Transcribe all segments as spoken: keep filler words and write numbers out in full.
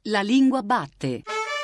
La lingua batte.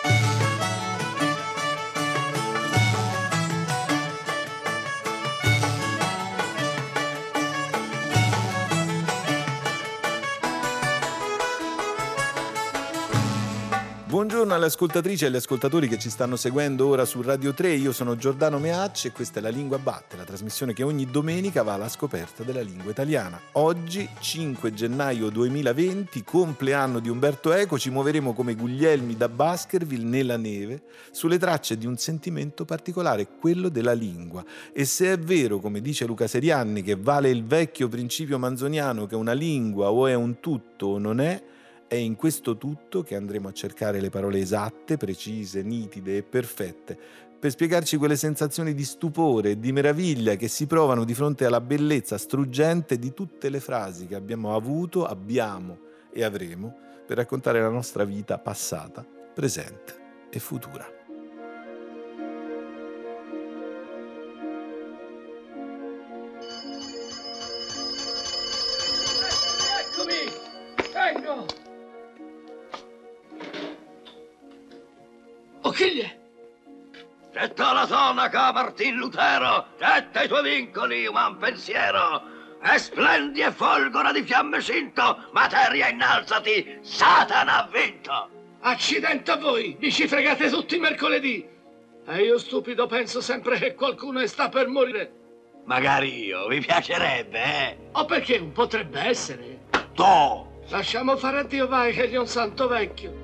Buongiorno alle ascoltatrici e agli ascoltatori che ci stanno seguendo ora su Radio tre. Io sono Giordano Meacci e questa è La Lingua Batte, la trasmissione che ogni domenica va alla scoperta della lingua italiana. Oggi, cinque gennaio duemilaventi, compleanno di Umberto Eco, ci muoveremo come Guglielmi da Baskerville nella neve sulle tracce di un sentimento particolare, quello della lingua. E se è vero, come dice Luca Serianni, che vale il vecchio principio manzoniano che una lingua o è un tutto o non è, è in questo tutto che andremo a cercare le parole esatte, precise, nitide e perfette per spiegarci quelle sensazioni di stupore e di meraviglia che si provano di fronte alla bellezza struggente di tutte le frasi che abbiamo avuto, abbiamo e avremo per raccontare la nostra vita passata, presente e futura. Eccomi! Vengo! Oh, chi è? Getta la tonaca, Martin Lutero, getta i tuoi vincoli, uman pensiero, e splendi e folgora di fiamme cinto, materia innalzati, Satana ha vinto! Accidente a voi, vi ci fregate tutti i mercoledì, e io stupido penso sempre che qualcuno sta per morire. Magari io, vi piacerebbe, eh? O perché non potrebbe essere? Tu! Lasciamo fare a Dio, vai, che è un santo vecchio.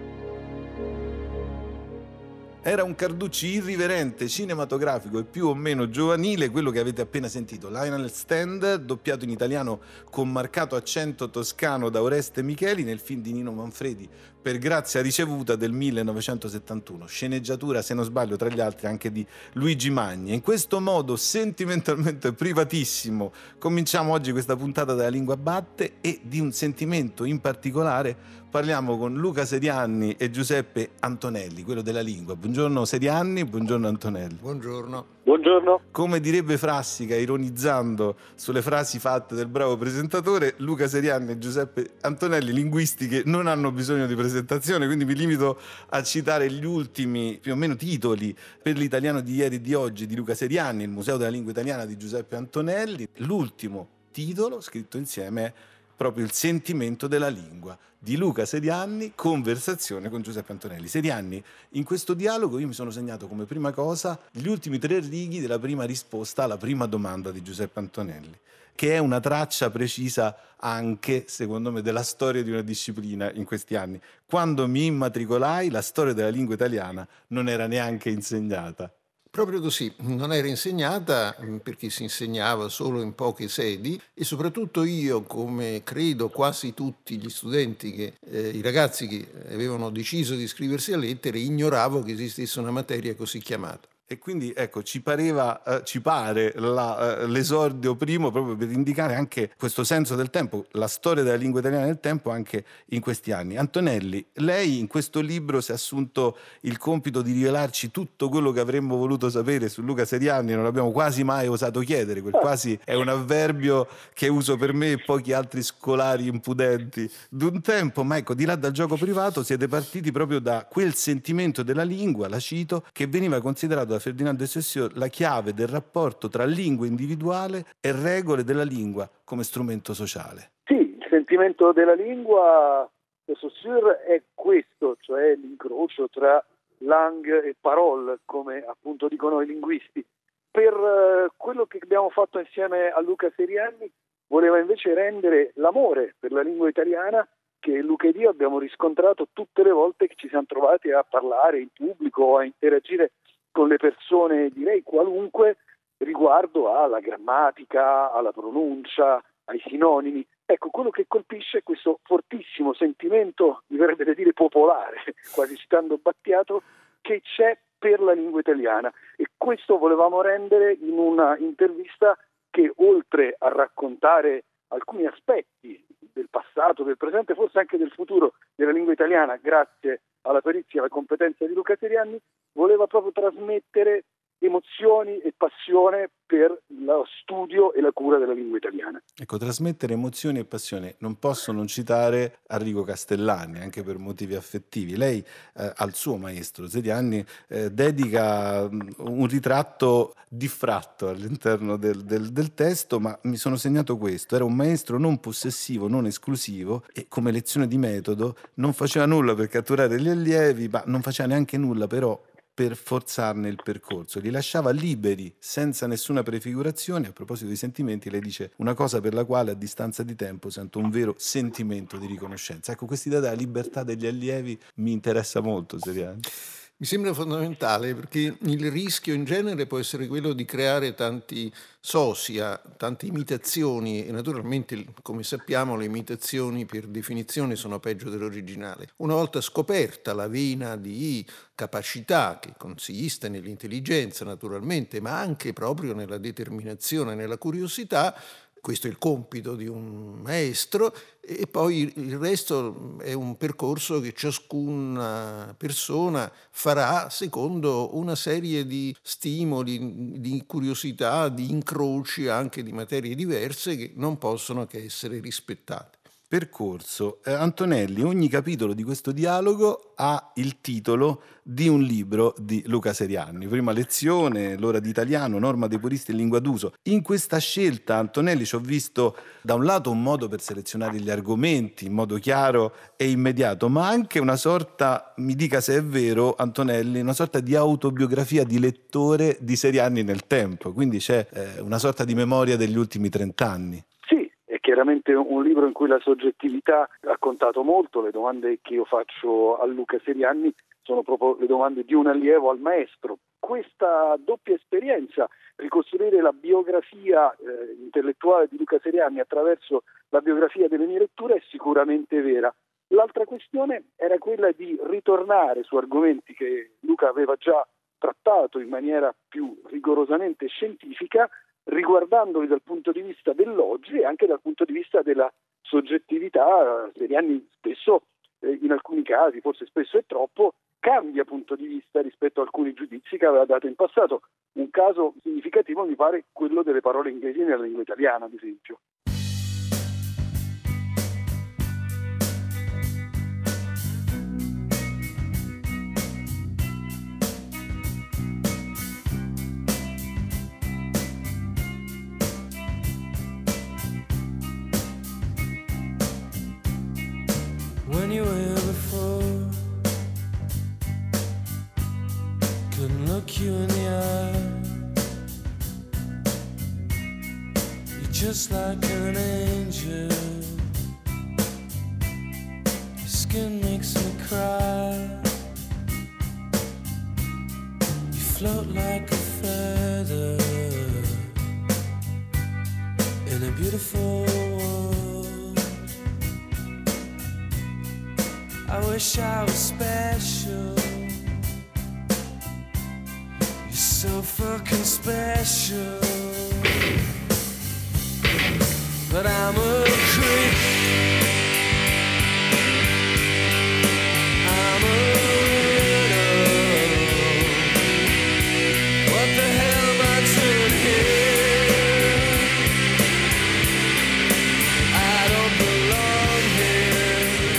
Era un Carducci irriverente, cinematografico e più o meno giovanile, quello che avete appena sentito, Lionel Stand, doppiato in italiano con marcato accento toscano da Oreste Micheli nel film di Nino Manfredi, Per grazia ricevuta del millenovecentosettantuno, sceneggiatura, se non sbaglio, tra gli altri anche di Luigi Magni. In questo modo sentimentalmente privatissimo cominciamo oggi questa puntata della Lingua Batte e di un sentimento in particolare parliamo con Luca Serianni e Giuseppe Antonelli, quello della lingua. Buongiorno Serianni, buongiorno Antonelli. Buongiorno. Buongiorno. Come direbbe Frassica, ironizzando sulle frasi fatte del bravo presentatore, Luca Serianni e Giuseppe Antonelli, linguisti che non hanno bisogno di presentazione, quindi mi limito a citare gli ultimi più o meno titoli per l'italiano di ieri e di oggi di Luca Serianni, il Museo della Lingua Italiana di Giuseppe Antonelli. L'ultimo titolo scritto insieme è proprio Il sentimento della lingua di Luca Serianni, conversazione con Giuseppe Antonelli. Serianni, in questo dialogo io mi sono segnato come prima cosa gli ultimi tre righi della prima risposta alla prima domanda di Giuseppe Antonelli, che è una traccia precisa anche, secondo me, della storia di una disciplina in questi anni. Quando mi immatricolai, la storia della lingua italiana non era neanche insegnata. Proprio così, non era insegnata perché si insegnava solo in poche sedi e soprattutto io, come credo quasi tutti gli studenti, che, eh, i ragazzi che avevano deciso di iscriversi a lettere, ignoravo che esistesse una materia così chiamata. E quindi ecco, ci pareva, eh, ci pare la, eh, l'esordio primo proprio per indicare anche questo senso del tempo, la storia della lingua italiana nel tempo anche in questi anni. Antonelli, lei in questo libro si è assunto il compito di rivelarci tutto quello che avremmo voluto sapere su Luca Serianni, non abbiamo quasi mai osato chiedere, quel quasi è un avverbio che uso per me e pochi altri scolari impudenti d'un tempo, ma ecco, di là dal gioco privato siete partiti proprio da quel sentimento della lingua, la cito, che veniva considerato da Ferdinando de Saussure la chiave del rapporto tra lingua individuale e regole della lingua come strumento sociale. Sì, il sentimento della lingua de Saussure è questo, cioè l'incrocio tra langue e parole, come appunto dicono i linguisti. Per uh, quello che abbiamo fatto insieme a Luca Serianni, voleva invece rendere l'amore per la lingua italiana che Luca ed io abbiamo riscontrato tutte le volte che ci siamo trovati a parlare in pubblico o a interagire con le persone, direi qualunque, riguardo alla grammatica, alla pronuncia, ai sinonimi. Ecco, quello che colpisce è questo fortissimo sentimento, mi verrebbe da dire popolare, quasi citando Battiato, che c'è per la lingua italiana. E questo volevamo rendere in una intervista che, oltre a raccontare alcuni aspetti del passato, del presente, forse anche del futuro della lingua italiana, grazie alla perizia e alla competenza di Luca Serianni, voleva proprio trasmettere emozioni e passione per lo studio e la cura della lingua italiana. Ecco, trasmettere emozioni e passione. Non posso non citare Arrigo Castellani, anche per motivi affettivi. Lei eh, al suo maestro Serianni eh, dedica un ritratto diffratto all'interno del, del, del testo, ma mi sono segnato questo: era un maestro non possessivo, non esclusivo, e come lezione di metodo non faceva nulla per catturare gli allievi, ma non faceva neanche nulla però per forzarne il percorso, li lasciava liberi senza nessuna prefigurazione. A proposito di sentimenti, lei dice una cosa per la quale a distanza di tempo sento un vero sentimento di riconoscenza. Ecco, quest'idea della libertà degli allievi mi interessa molto, Serianni. Mi sembra fondamentale, perché il rischio in genere può essere quello di creare tanti sosia, tante imitazioni, e naturalmente, come sappiamo, le imitazioni per definizione sono peggio dell'originale. Una volta scoperta la vena di capacità che consiste nell'intelligenza naturalmente, ma anche proprio nella determinazione, nella curiosità, questo è il compito di un maestro, e poi il resto è un percorso che ciascuna persona farà secondo una serie di stimoli, di curiosità, di incroci anche di materie diverse che non possono che essere rispettate. Percorso. Eh, Antonelli, ogni capitolo di questo dialogo ha il titolo di un libro di Luca Serianni. Prima lezione, l'ora di italiano, norma dei puristi in lingua d'uso. In questa scelta, Antonelli, ci ho visto da un lato un modo per selezionare gli argomenti in modo chiaro e immediato, ma anche una sorta, mi dica se è vero Antonelli, una sorta di autobiografia di lettore di Serianni nel tempo. Quindi c'è eh, una sorta di memoria degli ultimi trent'anni. Chiaramente un libro in cui la soggettività ha contato molto. Le domande che io faccio a Luca Serianni sono proprio le domande di un allievo al maestro. Questa doppia esperienza, ricostruire la biografia eh, intellettuale di Luca Serianni attraverso la biografia delle mie letture, è sicuramente vera. L'altra questione era quella di ritornare su argomenti che Luca aveva già trattato in maniera più rigorosamente scientifica, riguardandoli dal punto di vista dell'oggi e anche dal punto di vista della soggettività. Serianni spesso, eh, in alcuni casi, forse spesso è troppo, cambia punto di vista rispetto a alcuni giudizi che aveva dato in passato. Un caso significativo mi pare quello delle parole inglesi nella lingua italiana, ad esempio. When you were here before, couldn't look you in the eye. You're just like an angel. Your skin makes me cry. You float like a feather in a beautiful world. I wish I was special. You're so fucking special. But I'm a creep. I'm a widow. What the hell am I doing here? I don't belong here.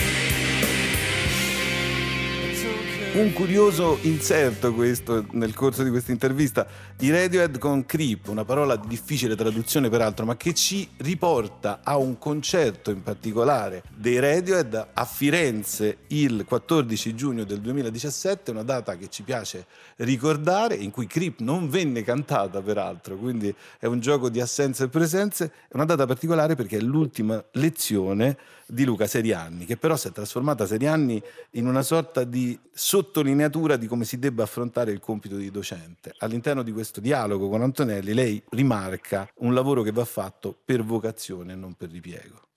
Un curioso inserto questo nel corso di questa intervista. I Radiohead con Creep, una parola di difficile traduzione peraltro, ma che ci riporta a un concerto in particolare dei Radiohead a Firenze il quattordici giugno del duemiladiciassette, una data che ci piace ricordare, in cui Creep non venne cantata peraltro, quindi è un gioco di assenze e presenze. È una data particolare perché è l'ultima lezione di Luca Serianni, che però si è trasformata, Serianni, in una sorta di sottolineatura di come si debba affrontare il compito di docente. All'interno di questo dialogo con Antonelli lei rimarca un lavoro che va fatto per vocazione e non per ripiego.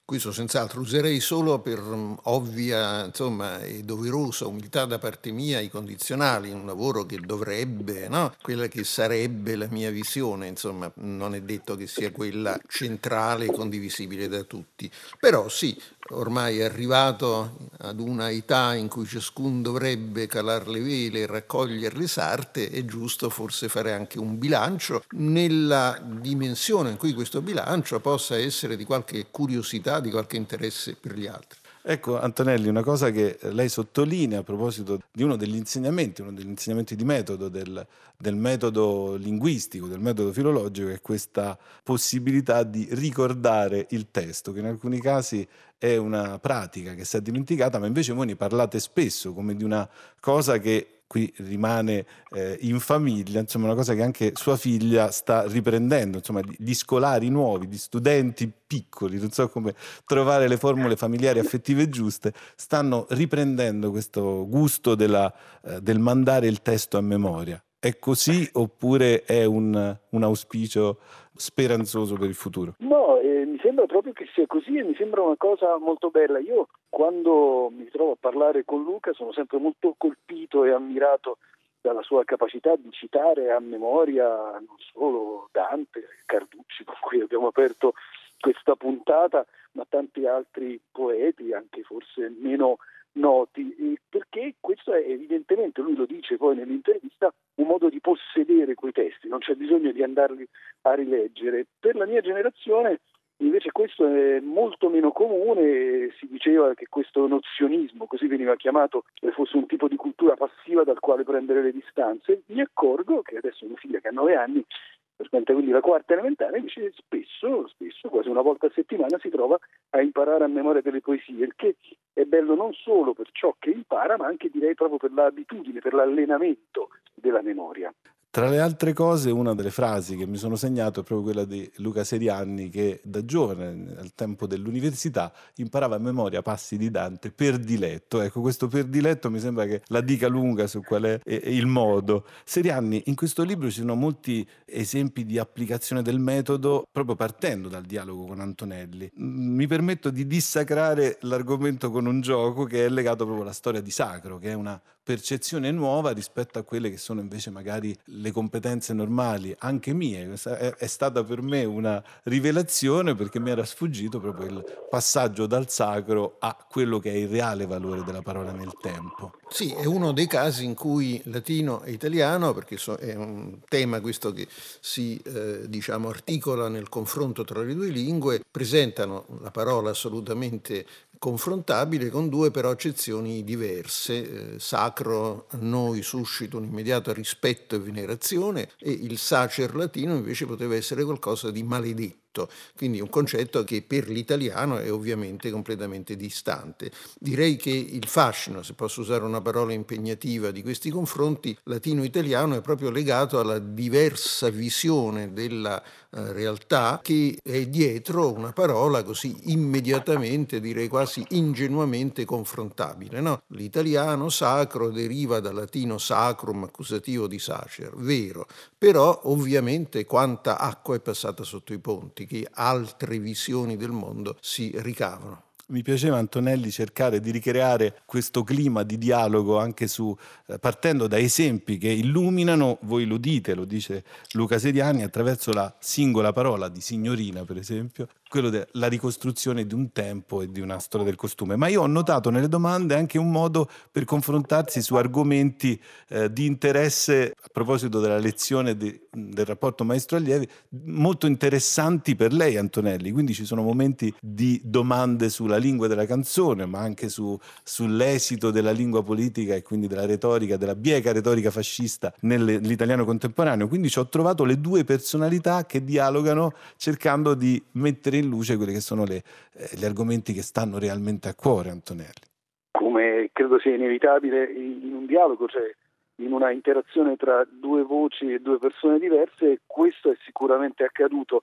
Questo senz'altro, userei solo per um, ovvia, insomma, e doverosa umiltà da parte mia i condizionali, un lavoro che dovrebbe, no? Quella che sarebbe la mia visione, insomma, non è detto che sia quella centrale e condivisibile da tutti. Però sì, ormai è arrivato ad una età in cui ciascuno dovrebbe calar le vele e raccogliere le sarte, è giusto forse fare anche un bilancio nella dimensione in cui questo bilancio possa essere di qualche curiosità, di qualche interesse per gli altri. Ecco, Antonelli, una cosa che lei sottolinea a proposito di uno degli insegnamenti, uno degli insegnamenti di metodo, del, del metodo linguistico, del metodo filologico, è questa possibilità di ricordare il testo, che in alcuni casi è una pratica che si è dimenticata, ma invece voi ne parlate spesso come di una cosa che qui rimane eh, in famiglia, insomma una cosa che anche sua figlia sta riprendendo, insomma gli scolari nuovi, gli studenti piccoli, non so come trovare le formule familiari affettive giuste, stanno riprendendo questo gusto della, eh, del mandare il testo a memoria. È così oppure è un, un auspicio speranzoso per il futuro? No, eh, mi sembra proprio che sia così e mi sembra una cosa molto bella. Io quando mi trovo a parlare con Luca sono sempre molto colpito e ammirato dalla sua capacità di citare a memoria non solo Dante, Carducci, con cui abbiamo aperto questa puntata, ma tanti altri poeti, anche forse meno noti, perché questo è evidentemente, lui lo dice poi nell'intervista, un modo di possedere quei testi, non c'è bisogno di andarli a rileggere. Per la mia generazione invece questo è molto meno comune, si diceva che questo nozionismo, così veniva chiamato, fosse un tipo di cultura passiva dal quale prendere le distanze. Mi accorgo che adesso mia figlia, che ha nove anni, frequenta quindi la quarta elementare, invece spesso, spesso, quasi una volta a settimana, si trova a imparare a memoria delle poesie, il che è bello non solo per ciò che impara, ma anche direi proprio per l'abitudine, per l'allenamento della memoria. Tra le altre cose, una delle frasi che mi sono segnato è proprio quella di Luca Serianni, che da giovane, al tempo dell'università, imparava a memoria passi di Dante per diletto. Ecco, questo per diletto mi sembra che la dica lunga su qual è il modo. Serianni, in questo libro ci sono molti esempi di applicazione del metodo proprio partendo dal dialogo con Antonelli. Mi permetto di dissacrare l'argomento con un gioco che è legato proprio alla storia di Sacro, che è una percezione nuova rispetto a quelle che sono invece magari le competenze normali, anche mie. È, è stata per me una rivelazione perché mi era sfuggito proprio il passaggio dal sacro a quello che è il reale valore della parola nel tempo. Sì, è uno dei casi in cui latino e italiano, perché so, è un tema questo che si eh, diciamo articola nel confronto tra le due lingue, presentano la parola assolutamente confrontabile con due però accezioni diverse. Eh, sacro a noi suscita un immediato rispetto e venerazione e il sacer latino invece poteva essere qualcosa di maledetto. Quindi un concetto che per l'italiano è ovviamente completamente distante. Direi che il fascino, se posso usare una parola impegnativa, di questi confronti latino-italiano è proprio legato alla diversa visione della eh, realtà che è dietro una parola così immediatamente, direi quasi ingenuamente confrontabile, no? L'italiano sacro deriva dal latino sacrum, accusativo di sacer, vero, però ovviamente quanta acqua è passata sotto i ponti, che altre visioni del mondo si ricavano. Mi piaceva, Antonelli, cercare di ricreare questo clima di dialogo anche su eh, partendo da esempi che illuminano, voi lo dite, lo dice Luca Serianni, attraverso la singola parola di signorina, per esempio, quello della ricostruzione di un tempo e di una storia del costume. Ma io ho notato nelle domande anche un modo per confrontarsi su argomenti eh, di interesse, a proposito della lezione di, del rapporto maestro-allievi, molto interessanti per lei, Antonelli. Quindi ci sono momenti di domande sulla lingua della canzone, ma anche su, sull'esito della lingua politica e quindi della retorica, della bieca retorica fascista nell'italiano contemporaneo. Quindi ci ho trovato le due personalità che dialogano cercando di mettere in luce quelli che sono le, eh, gli argomenti che stanno realmente a cuore, Antonelli. Come credo sia inevitabile in un dialogo, cioè in una interazione tra due voci e due persone diverse, questo è sicuramente accaduto.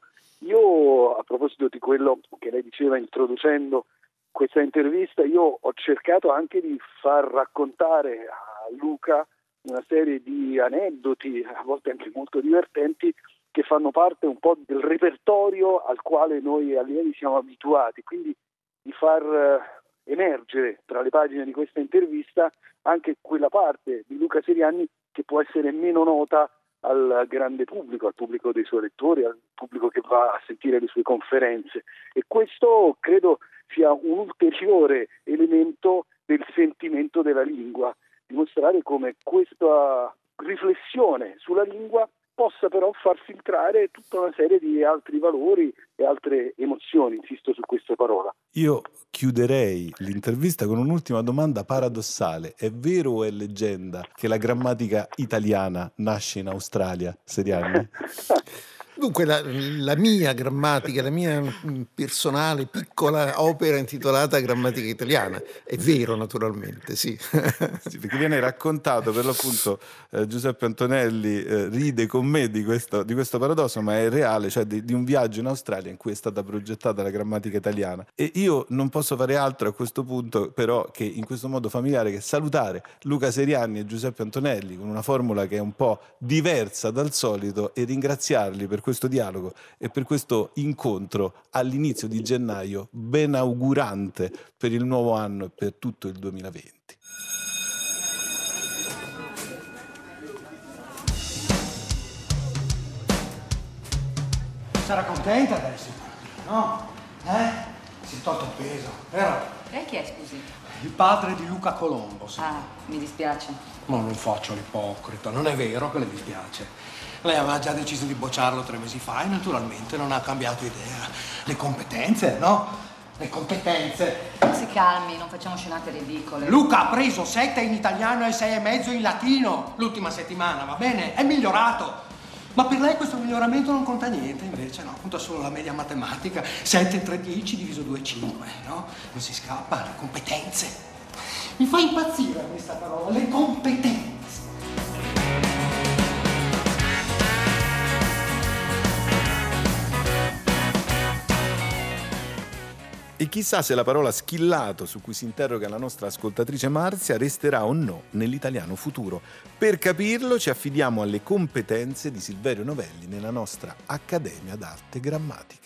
Io, a proposito di quello che lei diceva introducendo questa intervista, io ho cercato anche di far raccontare a Luca una serie di aneddoti, a volte anche molto divertenti, che fanno parte un po' del repertorio al quale noi allievi siamo abituati. Quindi di far eh, emergere tra le pagine di questa intervista anche quella parte di Luca Serianni che può essere meno nota al grande pubblico, al pubblico dei suoi lettori, al pubblico che va a sentire le sue conferenze, e questo credo sia un ulteriore elemento del sentimento della lingua, dimostrare come questa riflessione sulla lingua possa però far filtrare tutta una serie di altri valori e altre emozioni, insisto su questa parola. Io chiuderei l'intervista con un'ultima domanda paradossale. È vero o è leggenda che la grammatica italiana nasce in Australia, Serianni? Dunque la, la mia grammatica, la mia personale piccola opera intitolata Grammatica Italiana, è vero naturalmente, sì. Sì, perché viene raccontato, per l'appunto eh, Giuseppe Antonelli eh, ride con me di questo, di questo paradosso, ma è reale, cioè di, di un viaggio in Australia in cui è stata progettata la grammatica italiana, e io non posso fare altro a questo punto però che in questo modo familiare che salutare Luca Serianni e Giuseppe Antonelli con una formula che è un po' diversa dal solito e ringraziarli per questo dialogo e per questo incontro all'inizio di gennaio benaugurante per il nuovo anno e per tutto il duemilaventi. Sarà contenta adesso, no? Eh? Si è tolto il peso, vero? Lei chi è, scusi? Il padre di Luca Colombo, sì. Ah, mi dispiace. Ma non faccio l'ipocrita, non è vero che le dispiace. Lei aveva già deciso di bocciarlo tre mesi fa e naturalmente non ha cambiato idea. Le competenze, no? Le competenze. Si calmi, non facciamo scenate ridicole. Luca ha preso sette in italiano e sei e mezzo in latino l'ultima settimana, va bene? È migliorato. Ma per lei questo miglioramento non conta niente, invece, no? Conta solo la media matematica. sette, tre, dieci diviso due, cinque, no? Non si scappa, le competenze. Mi fa impazzire questa parola, le competenze. E chissà se la parola schillato, su cui si interroga la nostra ascoltatrice Marzia, resterà o no nell'italiano futuro. Per capirlo ci affidiamo alle competenze di Silverio Novelli nella nostra Accademia d'Arte Grammatica.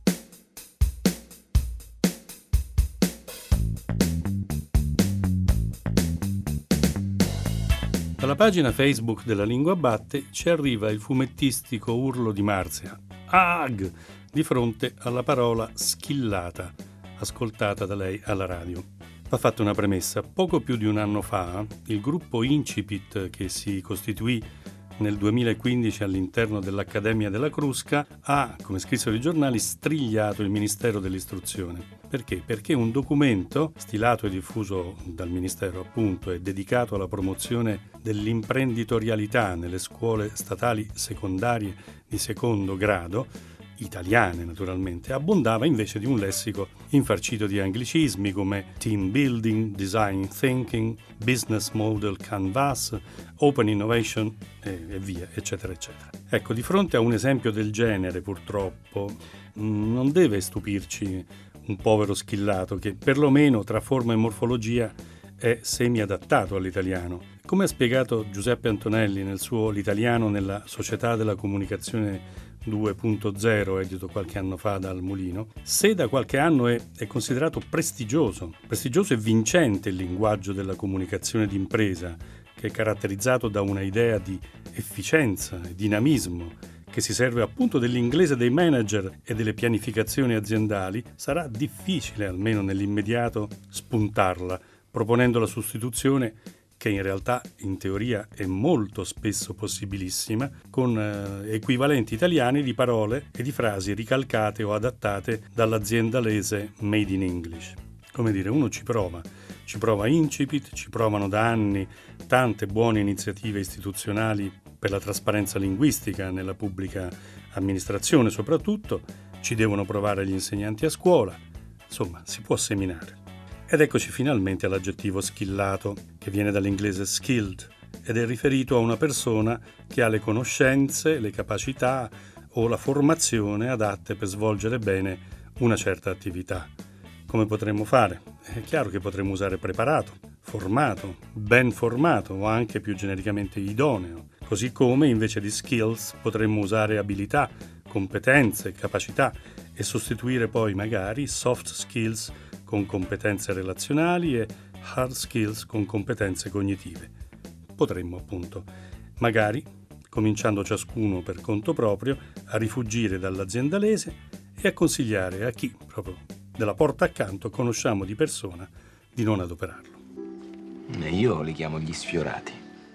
Dalla pagina Facebook della Lingua Batte ci arriva il fumettistico urlo di Marzia, Ag, di fronte alla parola schillata, ascoltata da lei alla radio. Va fatta una premessa. Poco più di un anno fa, il gruppo Incipit, che si costituì nel duemilaquindici all'interno dell'Accademia della Crusca, ha, come scrissero i giornali, strigliato il Ministero dell'Istruzione. Perché? Perché un documento, stilato e diffuso dal Ministero appunto e dedicato alla promozione dell'imprenditorialità nelle scuole statali secondarie di secondo grado, italiane naturalmente, abbondava invece di un lessico infarcito di anglicismi come team building, design thinking, business model canvas, open innovation e, e via, eccetera, eccetera. Ecco, di fronte a un esempio del genere, purtroppo, non deve stupirci un povero schillato che, perlomeno tra forma e morfologia, è semi-adattato all'italiano. Come ha spiegato Giuseppe Antonelli nel suo L'italiano nella società della comunicazione due punto zero, edito qualche anno fa dal Mulino, se da qualche anno è, è considerato prestigioso, prestigioso e vincente il linguaggio della comunicazione d'impresa, che è caratterizzato da una idea di efficienza e dinamismo, che si serve appunto dell'inglese dei manager e delle pianificazioni aziendali, sarà difficile, almeno nell'immediato, spuntarla, proponendo la sostituzione che in realtà in teoria è molto spesso possibilissima, con eh, equivalenti italiani di parole e di frasi ricalcate o adattate dall'aziendalese Made in English. Come dire, uno ci prova, ci prova Incipit, ci provano da anni tante buone iniziative istituzionali per la trasparenza linguistica nella pubblica amministrazione soprattutto, ci devono provare gli insegnanti a scuola, insomma si può seminare. Ed eccoci finalmente all'aggettivo schillato, che viene dall'inglese skilled ed è riferito a una persona che ha le conoscenze, le capacità o la formazione adatte per svolgere bene una certa attività. Come potremmo fare? È chiaro che potremmo usare preparato, formato, ben formato o anche più genericamente idoneo, così come invece di skills potremmo usare abilità, competenze, capacità e sostituire poi magari soft skills con competenze relazionali e hard skills con competenze cognitive. Potremmo appunto, magari, cominciando ciascuno per conto proprio, a rifugire dall'aziendalese e a consigliare a chi, proprio della porta accanto, conosciamo di persona, di non adoperarlo. Io li chiamo gli sfiorati.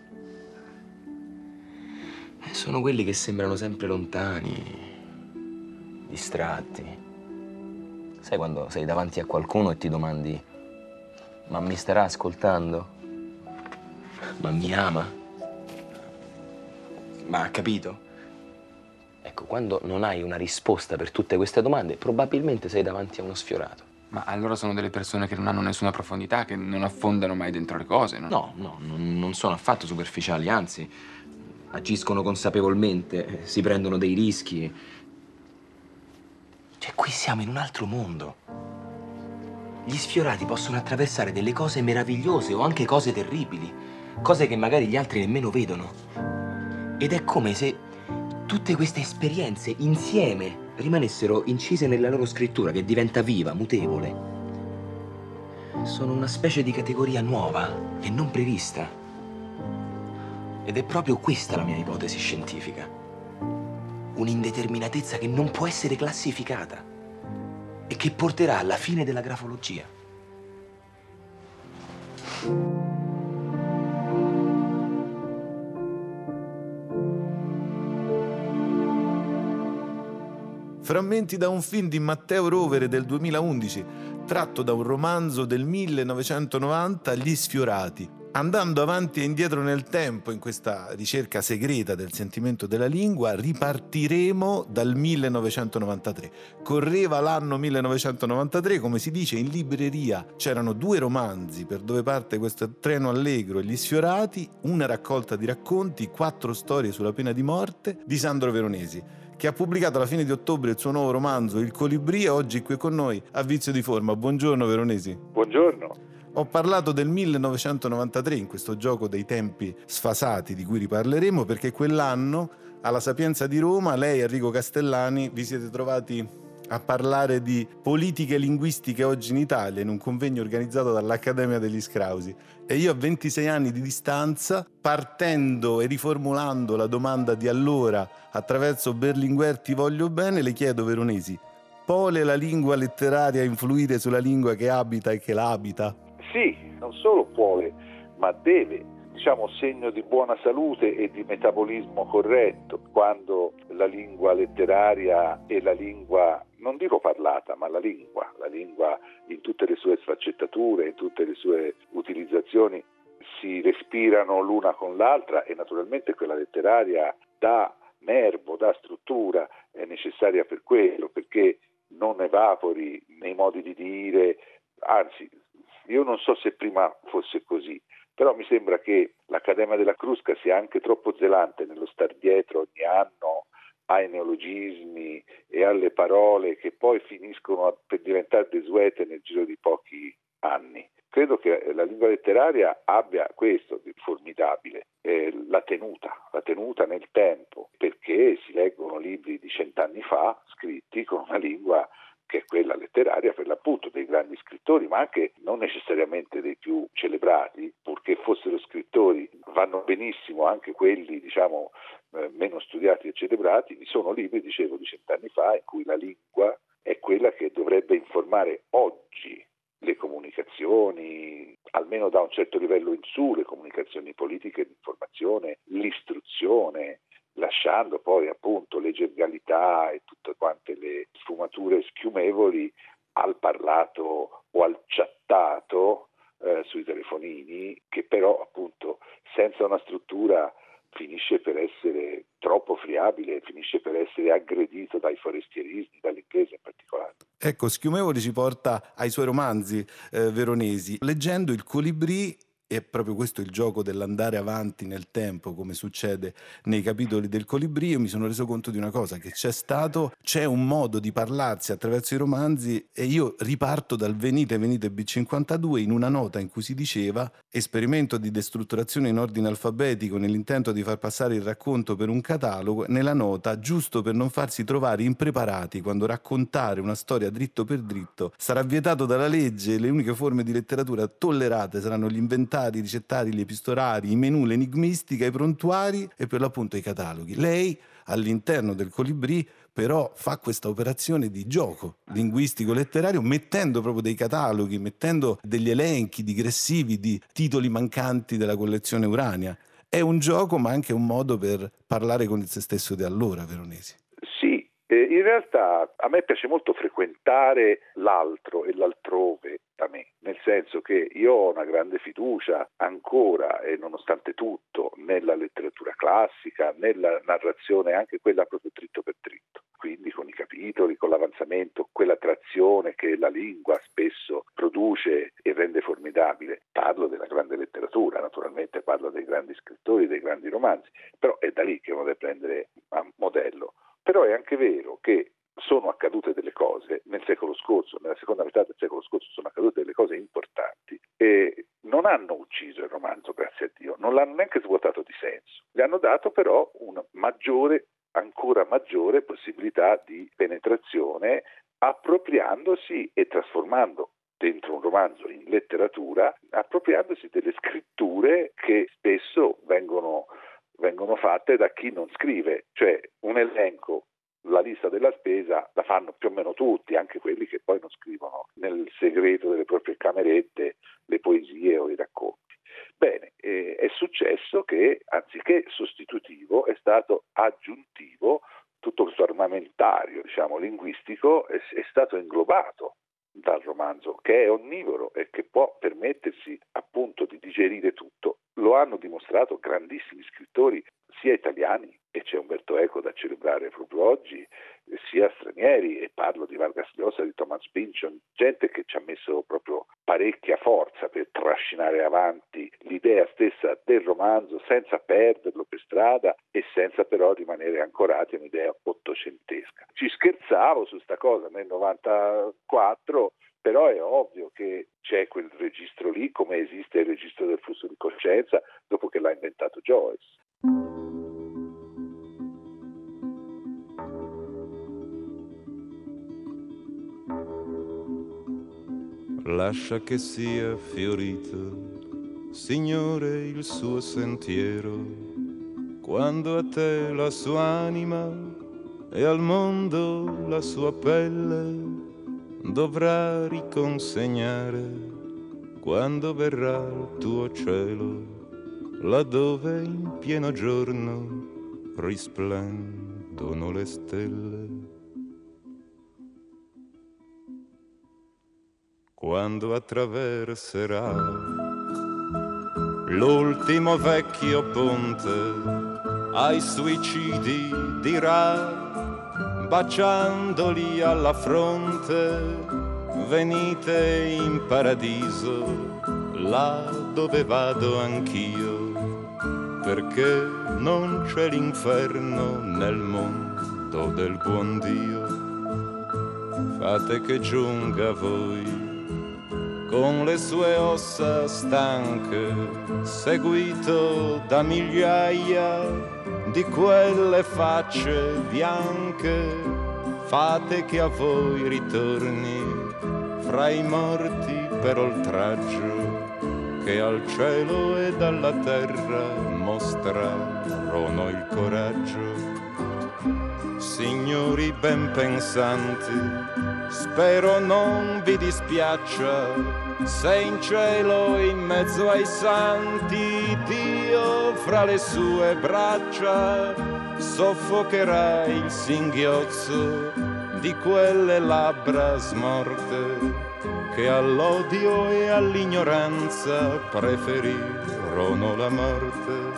Sono quelli che sembrano sempre lontani, distratti. Sai quando sei davanti a qualcuno e ti domandi: ma mi starà ascoltando? Ma mi ama? Ma ha capito? Ecco, quando non hai una risposta per tutte queste domande, probabilmente sei davanti a uno sfiorato. Ma allora sono delle persone che non hanno nessuna profondità, che non affondano mai dentro le cose, no? No, no, non, non sono affatto superficiali, anzi, agiscono consapevolmente, si prendono dei rischi. Cioè, qui siamo in un altro mondo. Gli sfiorati possono attraversare delle cose meravigliose o anche cose terribili, cose che magari gli altri nemmeno vedono. Ed è come se tutte queste esperienze insieme rimanessero incise nella loro scrittura, che diventa viva, mutevole. Sono una specie di categoria nuova e non prevista. Ed è proprio questa la mia ipotesi scientifica. Un'indeterminatezza che non può essere classificata e che porterà alla fine della grafologia. Frammenti da un film di Matteo Rovere del duemilaundici, tratto da un romanzo del millenovecentonovanta, Gli sfiorati. Andando avanti e indietro nel tempo in questa ricerca segreta del sentimento della lingua, ripartiremo dal millenovecentonovantatré. Correva l'anno millenovecentonovantatré, come si dice, in libreria c'erano due romanzi per dove parte questo treno allegro, Gli sfiorati, una raccolta di racconti, quattro storie sulla pena di morte di Sandro Veronesi, che ha pubblicato alla fine di ottobre il suo nuovo romanzo Il Colibrì, e oggi qui con noi a Vizio di Forma. Buongiorno Veronesi. Buongiorno. Ho parlato del millenovecentonovantatré in questo gioco dei tempi sfasati di cui riparleremo, perché quell'anno alla Sapienza di Roma lei e Enrico Castellani vi siete trovati a parlare di politiche linguistiche oggi in Italia in un convegno organizzato dall'Accademia degli Scrausi. E io a ventisei anni di distanza, partendo e riformulando la domanda di allora attraverso Berlinguer Ti voglio bene, le chiedo, Veronesi, vuole la lingua letteraria influire sulla lingua che abita e che la abita? Sì, non solo vuole, ma deve. Diciamo segno di buona salute e di metabolismo corretto, quando la lingua letteraria e la lingua, non dico parlata, ma la lingua, la lingua in tutte le sue sfaccettature, in tutte le sue utilizzazioni, si respirano l'una con l'altra, e naturalmente quella letteraria dà nervo, dà struttura, è necessaria per quello, perché non evapori nei modi di dire. Anzi, io non so se prima fosse così, però mi sembra che l'Accademia della Crusca sia anche troppo zelante nello star dietro ogni anno ai neologismi e alle parole che poi finiscono per diventare desuete nel giro di pochi anni. Credo che la lingua letteraria abbia questo di formidabile, eh, la tenuta, la tenuta nel tempo, perché si leggono libri di cent'anni fa scritti con una lingua che è quella letteraria, per l'appunto, dei grandi scrittori, ma anche non necessariamente dei più celebrati, purché fossero scrittori. Vanno benissimo anche quelli, diciamo, eh, meno studiati e celebrati. Vi sono libri, dicevo, di cent'anni fa, in cui la lingua è quella che dovrebbe informare oggi le comunicazioni, almeno da un certo livello in su, le comunicazioni politiche, l'informazione, l'istruzione, lasciando poi appunto le gergalità e tutte quante le sfumature schiumevoli al parlato o al chattato eh, sui telefonini, che però appunto senza una struttura finisce per essere troppo friabile, finisce per essere aggredito dai forestierismi, dall'inglese in particolare. Ecco, Schiumevoli ci porta ai suoi romanzi eh, veronesi. Leggendo Il Colibrì è proprio questo il gioco dell'andare avanti nel tempo, come succede nei capitoli del Colibrì. Io mi sono reso conto di una cosa, che c'è stato, c'è un modo di parlarsi attraverso i romanzi, e io riparto dal Venite Venite B cinquantadue in una nota in cui si diceva: esperimento di destrutturazione in ordine alfabetico nell'intento di far passare il racconto per un catalogo. Nella nota, giusto per non farsi trovare impreparati quando raccontare una storia dritto per dritto sarà vietato dalla legge, le uniche forme di letteratura tollerate saranno gli inventari, i ricettari, gli epistolari, i menù, l'enigmistica, i prontuari e per l'appunto i cataloghi. Lei, all'interno del Colibrì, però fa questa operazione di gioco linguistico-letterario, mettendo proprio dei cataloghi, mettendo degli elenchi digressivi di titoli mancanti della collezione Urania. È un gioco, ma anche un modo per parlare con il se stesso di allora, Veronesi. Sì, eh, in realtà a me piace molto frequentare l'altro e l'altrove da me, nel senso che io ho una grande fiducia ancora e nonostante tutto nella letteratura classica, nella narrazione anche quella proprio dritto per dritto, quindi con i capitoli, con l'avanzamento, quella trazione che la lingua spesso produce e rende formidabile. Parlo della grande letteratura, naturalmente parlo dei grandi scrittori, dei grandi romanzi, però è da lì che uno deve prendere a modello. Però è anche vero che sono accadute delle cose nel secolo scorso, nella seconda metà del secolo scorso sono accadute delle cose importanti e non hanno ucciso il romanzo, grazie a Dio, non l'hanno neanche svuotato di senso, gli hanno dato però una maggiore, ancora maggiore possibilità di penetrazione, appropriandosi e trasformando dentro un romanzo in letteratura, appropriandosi delle scritture che spesso vengono, vengono fatte da chi non scrive, cioè un elenco. La lista della spesa la fanno più o meno tutti, anche quelli che poi non scrivono nel segreto delle proprie camerette le poesie o i racconti. Bene, eh, è successo che anziché sostitutivo è stato aggiuntivo, tutto questo armamentario, diciamo, linguistico è, è stato inglobato dal romanzo, che è onnivoro e che può permettersi appunto di digerire tutto. Lo hanno dimostrato grandissimi scrittori, sia italiani, e c'è Umberto Eco da celebrare proprio oggi, sia stranieri, e parlo di Vargas Llosa, di Thomas Pynchon, gente che ci ha messo proprio parecchia forza per trascinare avanti l'idea stessa del romanzo senza perderlo per strada e senza però rimanere ancorati a un'idea ottocentesca. Ci scherzavo su sta cosa nel novantaquattro, però è ovvio che c'è quel registro lì, come esiste il registro del flusso di coscienza dopo che l'ha inventato Joyce. Lascia che sia fiorito, Signore, il suo sentiero, quando a te la sua anima e al mondo la sua pelle dovrà riconsegnare, quando verrà il tuo cielo, laddove in pieno giorno risplendono le stelle. Quando attraverserà l'ultimo vecchio ponte, ai suicidi dirà, baciandoli alla fronte, venite in paradiso, là dove vado anch'io, perché non c'è l'inferno nel mondo del buon Dio. Fate che giunga a voi con le sue ossa stanche, seguito da migliaia di quelle facce bianche. Fate che a voi ritorni fra i morti per oltraggio, che al cielo e alla terra mostrarono il coraggio. Signori ben pensanti, spero non vi dispiaccia se in cielo in mezzo ai santi Dio fra le sue braccia soffocherà il singhiozzo di quelle labbra smorte che all'odio e all'ignoranza preferirono la morte.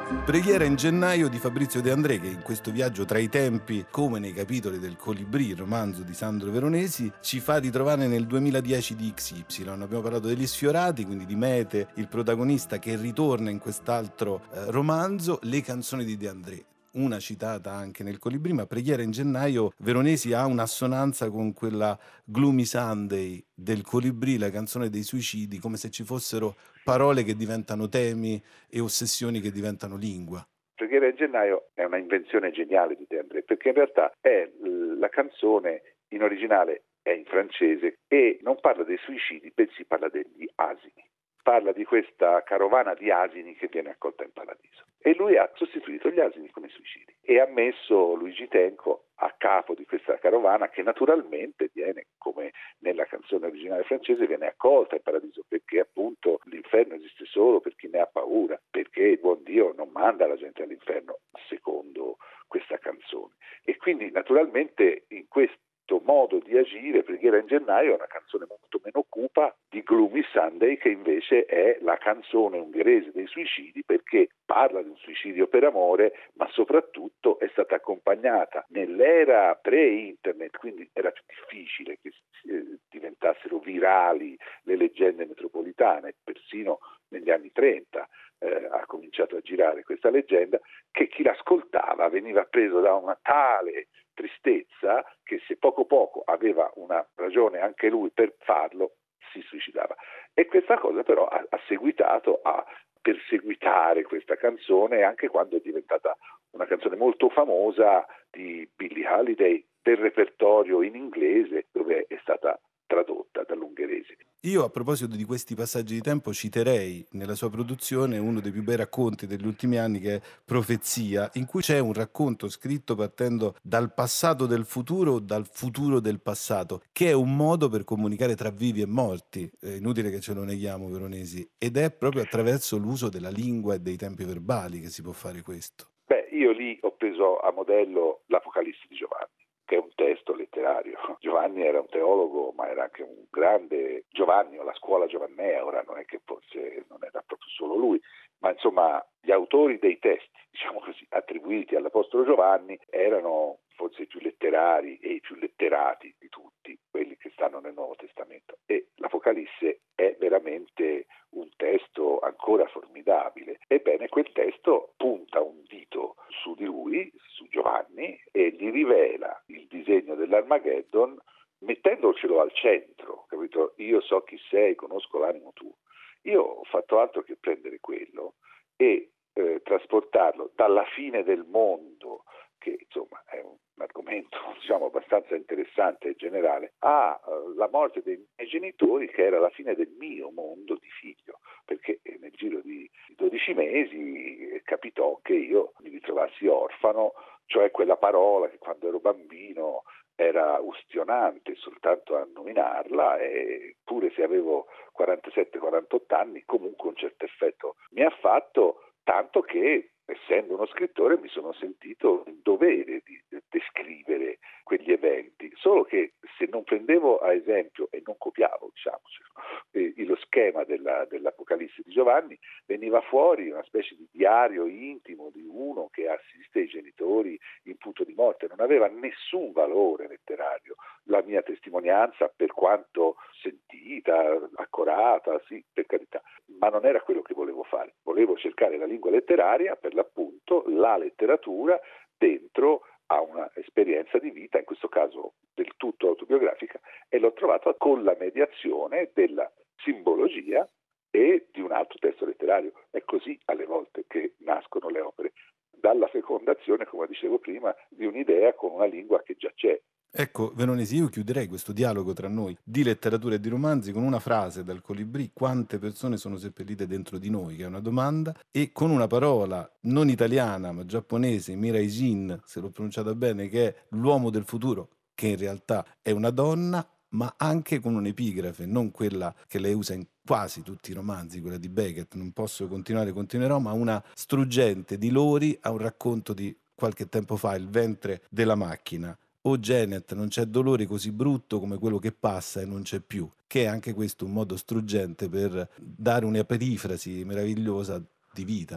Preghiera in gennaio di Fabrizio De André, che in questo viaggio tra i tempi, come nei capitoli del Colibrì, il romanzo di Sandro Veronesi, ci fa ritrovare nel duemiladieci di X Y. Abbiamo parlato degli Sfiorati, quindi di Mete, il protagonista che ritorna in quest'altro eh, romanzo, le canzoni di De André. Una citata anche nel Colibrì, ma Preghiera in gennaio Veronesi ha un'assonanza con quella Gloomy Sunday del Colibrì, la canzone dei suicidi, come se ci fossero parole che diventano temi e ossessioni che diventano lingua. Preghiera in gennaio è una invenzione geniale di De André, perché in realtà è la canzone in originale è in francese e non parla dei suicidi, bensì parla degli asini. Parla di questa carovana di asini che viene accolta in paradiso. E lui ha sostituito gli asini con i suicidi e ha messo Luigi Tenco a capo di questa carovana che naturalmente viene, come nella canzone originale francese, viene accolta in paradiso, perché appunto l'inferno esiste solo per chi ne ha paura, perché il buon Dio non manda la gente all'inferno, secondo questa canzone. E quindi naturalmente in questo modo di agire Preghiera in gennaio è una canzone molto meno cupa di Gloomy Sunday, che invece è la canzone ungherese dei suicidi, perché parla di un suicidio per amore, ma soprattutto è stata accompagnata nell'era pre-internet, quindi era più difficile che eh, diventassero virali le leggende metropolitane, persino negli anni trenta eh, ha cominciato a girare questa leggenda, che chi l'ascoltava veniva preso da una tale tristezza che se poco poco aveva una ragione anche lui per farlo, si suicidava. E questa cosa però ha, ha seguitato a perseguitare questa canzone anche quando è diventata una canzone molto famosa di Billie Holiday, del repertorio in inglese, dove è stata tradotta dall'ungherese. Io, a proposito di questi passaggi di tempo, citerei nella sua produzione uno dei più bei racconti degli ultimi anni, che è Profezia, in cui c'è un racconto scritto partendo dal passato del futuro o dal futuro del passato, che è un modo per comunicare tra vivi e morti. È inutile che ce lo neghiamo, Veronesi, ed è proprio attraverso l'uso della lingua e dei tempi verbali che si può fare questo. Beh, io lì ho preso a modello l'Apocalisse di Giovanni, che è un testo letterario. Giovanni era un teologo, ma era anche un grande Giovanni, o la scuola giovannea, ora non è che forse non era proprio solo lui, ma insomma gli autori dei testi, diciamo così, attribuiti all'Apostolo Giovanni erano forse i più letterari e i più letterati di tutti, quelli che stanno nel Nuovo Testamento. E l'Apocalisse è veramente un testo ancora formidabile. Ebbene, quel testo punta un dito su di lui, su Giovanni, e gli rivela il disegno dell'Armageddon mettendocelo al centro, capito? Io so chi sei, conosco l'animo tuo. Io ho fatto altro che prendere quello e eh, trasportarlo dalla fine del mondo, che insomma è un argomento diciamo abbastanza interessante e generale, a uh, la morte dei miei genitori, che era la fine del mio mondo di figlio, perché nel giro di dodici mesi capitò che io mi ritrovassi orfano, cioè quella parola che quando ero bambino era ustionante soltanto a nominarla, e pure se avevo quarantasette quarantotto anni comunque un certo effetto mi ha fatto, tanto che essendo uno scrittore mi sono sentito il dovere di descrivere quegli eventi, solo che se non prendevo a esempio e non copiavo, diciamo, eh, lo schema della, dell'Apocalisse di Giovanni, veniva fuori una specie di diario intimo di uno che assiste i genitori in punto di morte. Non aveva nessun valore letterario la mia testimonianza, per quanto sentita, accorata, sì, per carità, ma non era quello che volevo fare. Volevo cercare la lingua letteraria, per l'appunto la letteratura, dentro a una esperienza di vita, in questo caso del tutto autobiografica, e l'ho trovata con la mediazione della simbologia e di un altro testo letterario. È così alle volte che nascono le opere, dalla fecondazione, come dicevo prima, di un'idea con una lingua che già c'è. Ecco, Veronesi, io chiuderei questo dialogo tra noi di letteratura e di romanzi con una frase dal Colibrì: quante persone sono seppellite dentro di noi, che è una domanda, e con una parola non italiana ma giapponese, Mirai Jin, se l'ho pronunciata bene, che è l'uomo del futuro, che in realtà è una donna, ma anche con un'epigrafe, non quella che lei usa in quasi tutti i romanzi, quella di Beckett, non posso continuare, continuerò, ma una struggente di Lori a un racconto di qualche tempo fa, Il ventre della macchina. O Janet, non c'è dolore così brutto come quello che passa e non c'è più, che è anche questo un modo struggente per dare una perifrasi meravigliosa di vita.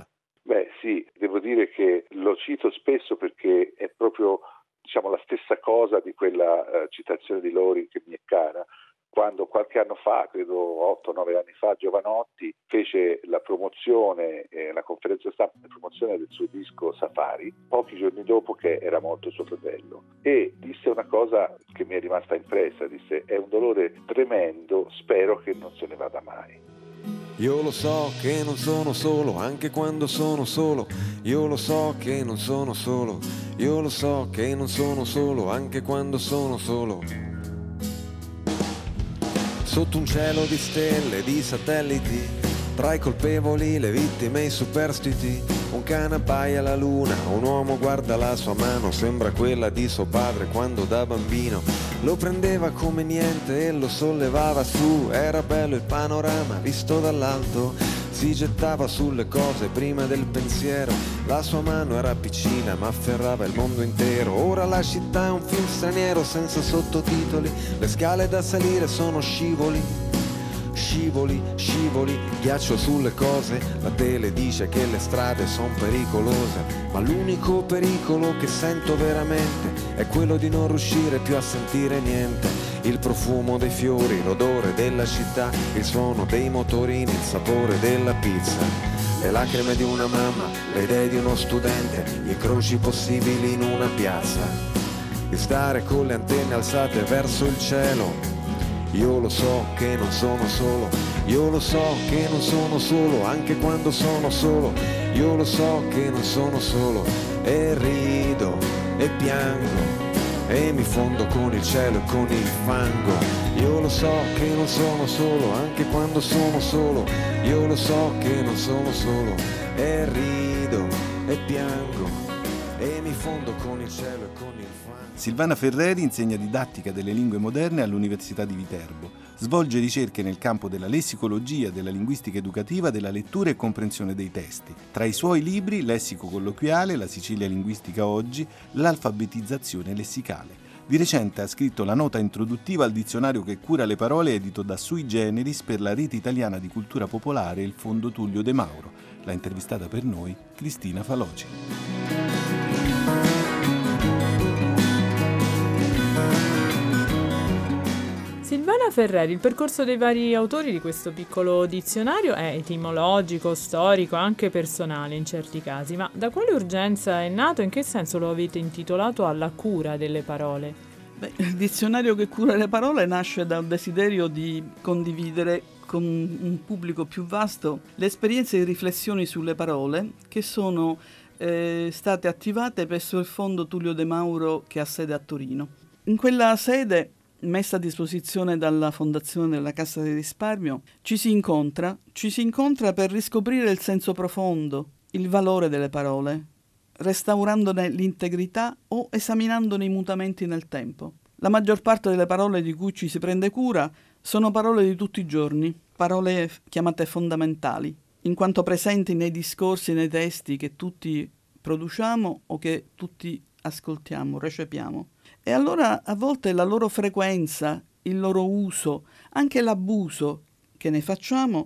Beh sì, devo dire che lo cito spesso perché è proprio, diciamo, la stessa cosa di quella uh, citazione di Lori che mi è cara. Quando qualche anno fa, credo otto nove anni fa, Giovanotti fece la promozione, eh, la conferenza stampa di promozione del suo disco Safari, pochi giorni dopo che era morto suo fratello, e disse una cosa che mi è rimasta impressa, disse: è un dolore tremendo, spero che non se ne vada mai. Io lo so che non sono solo, anche quando sono solo. Io lo so che non sono solo. Io lo so che non sono solo, anche quando sono solo. Sotto un cielo di stelle, di satelliti, tra i colpevoli, le vittime e i superstiti. Un cane abbaia alla luna, un uomo guarda la sua mano, sembra quella di suo padre quando da bambino lo prendeva come niente e lo sollevava su. Era bello il panorama visto dall'alto, si gettava sulle cose prima del pensiero. La sua mano era piccina ma afferrava il mondo intero. Ora la città è un film straniero senza sottotitoli, le scale da salire sono scivoli, scivoli, scivoli, ghiaccio sulle cose. La tele dice che le strade sono pericolose, ma l'unico pericolo che sento veramente è quello di non riuscire più a sentire niente. Il profumo dei fiori, l'odore della città, il suono dei motorini, il sapore della pizza, le lacrime di una mamma, le idee di uno studente, gli incroci possibili in una piazza, di stare con le antenne alzate verso il cielo. Io lo so che non sono solo, io lo so che non sono solo, anche quando sono solo. Io lo so che non sono solo, e rido e piango e mi fondo con il cielo e con il fango. Io lo so che non sono solo, anche quando sono solo. Io lo so che non sono solo, e rido e piango e mi fondo con il cielo e con il fango. Silvana Ferreri insegna didattica delle lingue moderne all'Università di Viterbo. Svolge ricerche nel campo della lessicologia, della linguistica educativa, della lettura e comprensione dei testi. Tra i suoi libri, Lessico colloquiale, La Sicilia linguistica oggi, l'alfabetizzazione lessicale. Di recente ha scritto la nota introduttiva al dizionario che cura le parole edito da Sui Generis per la Rete Italiana di Cultura Popolare e il Fondo Tullio De Mauro. L'ha intervistata per noi Cristina Faloci. Silvana Ferreri, il percorso dei vari autori di questo piccolo dizionario è etimologico, storico, anche personale in certi casi, ma da quale urgenza è nato e in che senso lo avete intitolato Alla cura delle parole? Beh, il dizionario che cura le parole nasce dal desiderio di condividere con un pubblico più vasto le esperienze e riflessioni sulle parole che sono eh, state attivate presso il Fondo Tullio De Mauro che ha sede a Torino. In quella sede, messa a disposizione dalla Fondazione della Cassa di Risparmio, ci si incontra, ci si incontra per riscoprire il senso profondo, il valore delle parole, restaurandone l'integrità o esaminandone i mutamenti nel tempo. La maggior parte delle parole di cui ci si prende cura sono parole di tutti i giorni, parole chiamate fondamentali, in quanto presenti nei discorsi e nei testi che tutti produciamo o che tutti ascoltiamo, recepiamo. E allora a volte la loro frequenza, il loro uso, anche l'abuso che ne facciamo,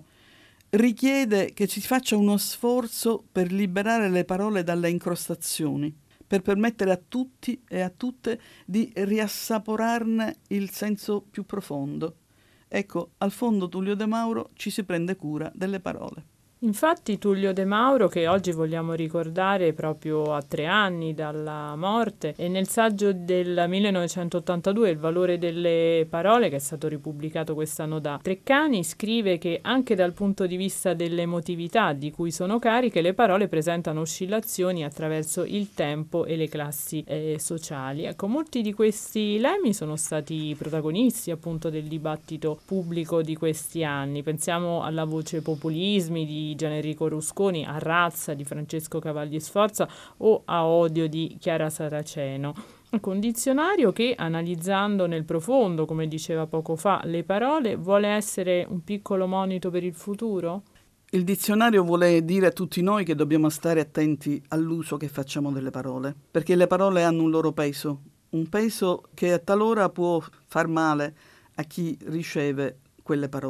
richiede che si faccia uno sforzo per liberare le parole dalle incrostazioni, per permettere a tutti e a tutte di riassaporarne il senso più profondo. Ecco, al Fondo Tullio De Mauro ci si prende cura delle parole. Infatti Tullio De Mauro, che oggi vogliamo ricordare proprio a tre anni dalla morte, e nel saggio del millenovecentottantadue Il valore delle parole, che è stato ripubblicato quest'anno da Treccani, scrive che anche dal punto di vista dell'emotività di cui sono cariche, le parole presentano oscillazioni attraverso il tempo e le classi eh, sociali. Ecco, molti di questi lemmi sono stati protagonisti appunto del dibattito pubblico di questi anni. Pensiamo alla voce populismi di Gian Enrico Rusconi, a Razza di Francesco Cavalli Sforza o a Odio di Chiara Saraceno. Ecco, un dizionario che, analizzando nel profondo, come diceva poco fa, le parole, vuole essere un piccolo monito per il futuro? Il dizionario vuole dire a tutti noi che dobbiamo stare attenti all'uso che facciamo delle parole, perché le parole hanno un loro peso, un peso che talora può far male a chi riceve quelle parole.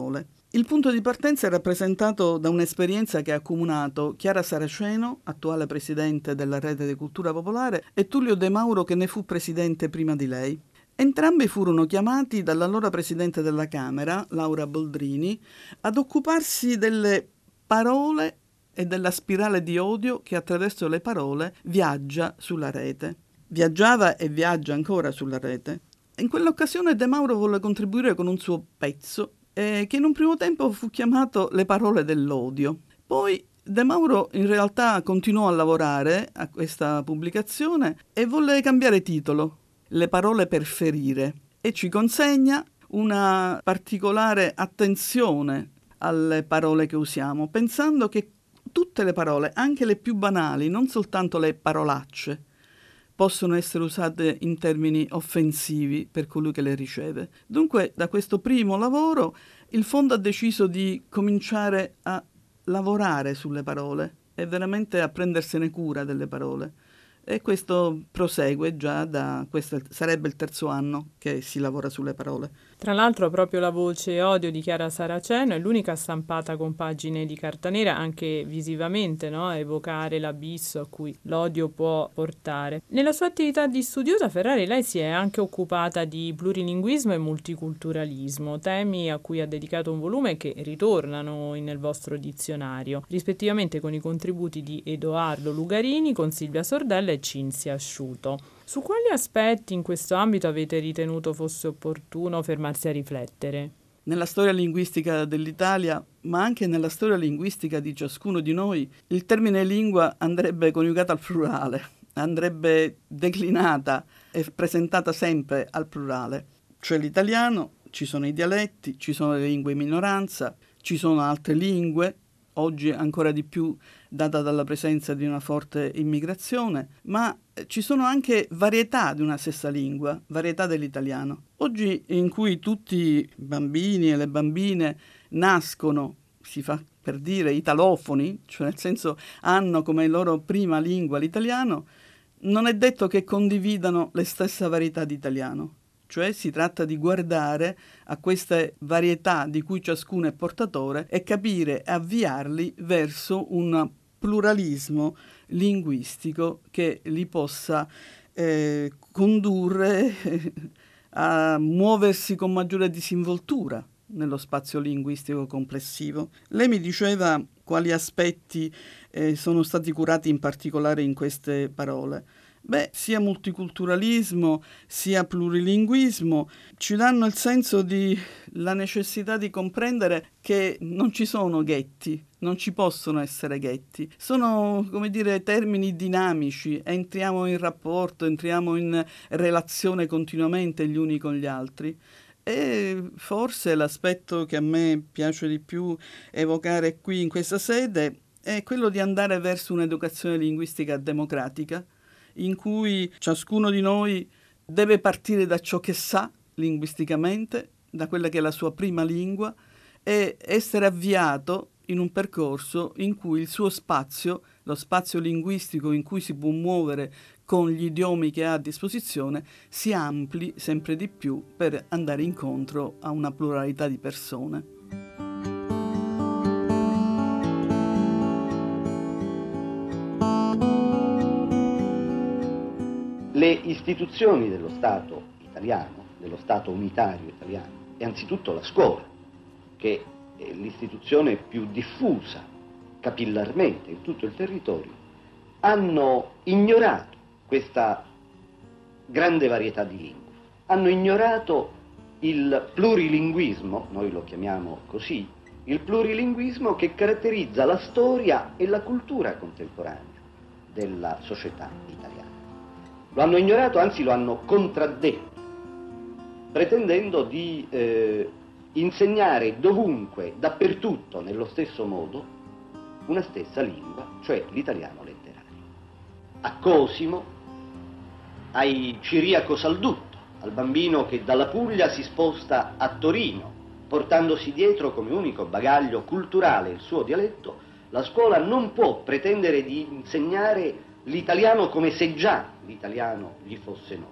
Il punto di partenza è rappresentato da un'esperienza che ha accomunato Chiara Saraceno, attuale presidente della Rete di Cultura Popolare, e Tullio De Mauro, che ne fu presidente prima di lei. Entrambi furono chiamati dall'allora presidente della Camera, Laura Boldrini, ad occuparsi delle parole e della spirale di odio che attraverso le parole viaggia sulla rete. Viaggiava e viaggia ancora sulla rete. In quell'occasione De Mauro volle contribuire con un suo pezzo eh, che in un primo tempo fu chiamato Le parole dell'odio. Poi De Mauro in realtà continuò a lavorare a questa pubblicazione e volle cambiare titolo, Le parole per ferire, e ci consegna una particolare attenzione alle parole che usiamo, pensando che tutte le parole, anche le più banali, non soltanto le parolacce, possono essere usate in termini offensivi per colui che le riceve. Dunque, da questo primo lavoro, il Fondo ha deciso di cominciare a lavorare sulle parole e veramente a prendersene cura delle parole. E questo prosegue già da questo sarebbe il terzo anno che si lavora sulle parole. Tra l'altro proprio la voce Odio di Chiara Saraceno è l'unica stampata con pagine di carta nera, anche visivamente, no? A evocare l'abisso a cui l'odio può portare. Nella sua attività di studiosa, Ferrari, lei si è anche occupata di plurilinguismo e multiculturalismo, temi a cui ha dedicato un volume che ritornano nel vostro dizionario, rispettivamente con i contributi di Edoardo Lugarini, con Silvia Sordella e Cinzia Asciuto. Su quali aspetti in questo ambito avete ritenuto fosse opportuno fermarsi a riflettere? Nella storia linguistica dell'Italia, ma anche nella storia linguistica di ciascuno di noi, il termine lingua andrebbe coniugato al plurale, andrebbe declinata e presentata sempre al plurale. Cioè l'italiano, ci sono i dialetti, ci sono le lingue in minoranza, ci sono altre lingue, oggi ancora di più data dalla presenza di una forte immigrazione, ma ci sono anche varietà di una stessa lingua, varietà dell'italiano. Oggi, in cui tutti i bambini e le bambine nascono, si fa per dire italofoni, cioè nel senso hanno come loro prima lingua l'italiano, non è detto che condividano le stesse varietà di italiano. Cioè si tratta di guardare a queste varietà di cui ciascuno è portatore e capire e avviarli verso un pluralismo linguistico che li possa eh, condurre a muoversi con maggiore disinvoltura nello spazio linguistico complessivo. Lei mi diceva quali aspetti eh, sono stati curati in particolare in queste parole. Beh, sia multiculturalismo sia plurilinguismo ci danno il senso di la necessità di comprendere che non ci sono ghetti, non ci possono essere ghetti. Sono, come dire, termini dinamici, entriamo in rapporto, entriamo in relazione continuamente gli uni con gli altri. E forse l'aspetto che a me piace di più evocare qui in questa sede è quello di andare verso un'educazione linguistica democratica, in cui ciascuno di noi deve partire da ciò che sa linguisticamente, da quella che è la sua prima lingua, e essere avviato in un percorso in cui il suo spazio, lo spazio linguistico in cui si può muovere con gli idiomi che ha a disposizione, si ampli sempre di più per andare incontro a una pluralità di persone. Le istituzioni dello Stato italiano, dello Stato unitario italiano, e anzitutto la scuola, che è l'istituzione più diffusa capillarmente in tutto il territorio, hanno ignorato questa grande varietà di lingue, hanno ignorato il plurilinguismo, noi lo chiamiamo così, il plurilinguismo che caratterizza la storia e la cultura contemporanea della società italiana. Lo hanno ignorato, anzi lo hanno contraddetto, pretendendo di eh, insegnare dovunque, dappertutto, nello stesso modo, una stessa lingua, cioè l'italiano letterario. A Cosimo, ai Ciriaco Saldutto, al bambino che dalla Puglia si sposta a Torino, portandosi dietro come unico bagaglio culturale il suo dialetto, la scuola non può pretendere di insegnare l'italiano come se già l'italiano gli fosse noto.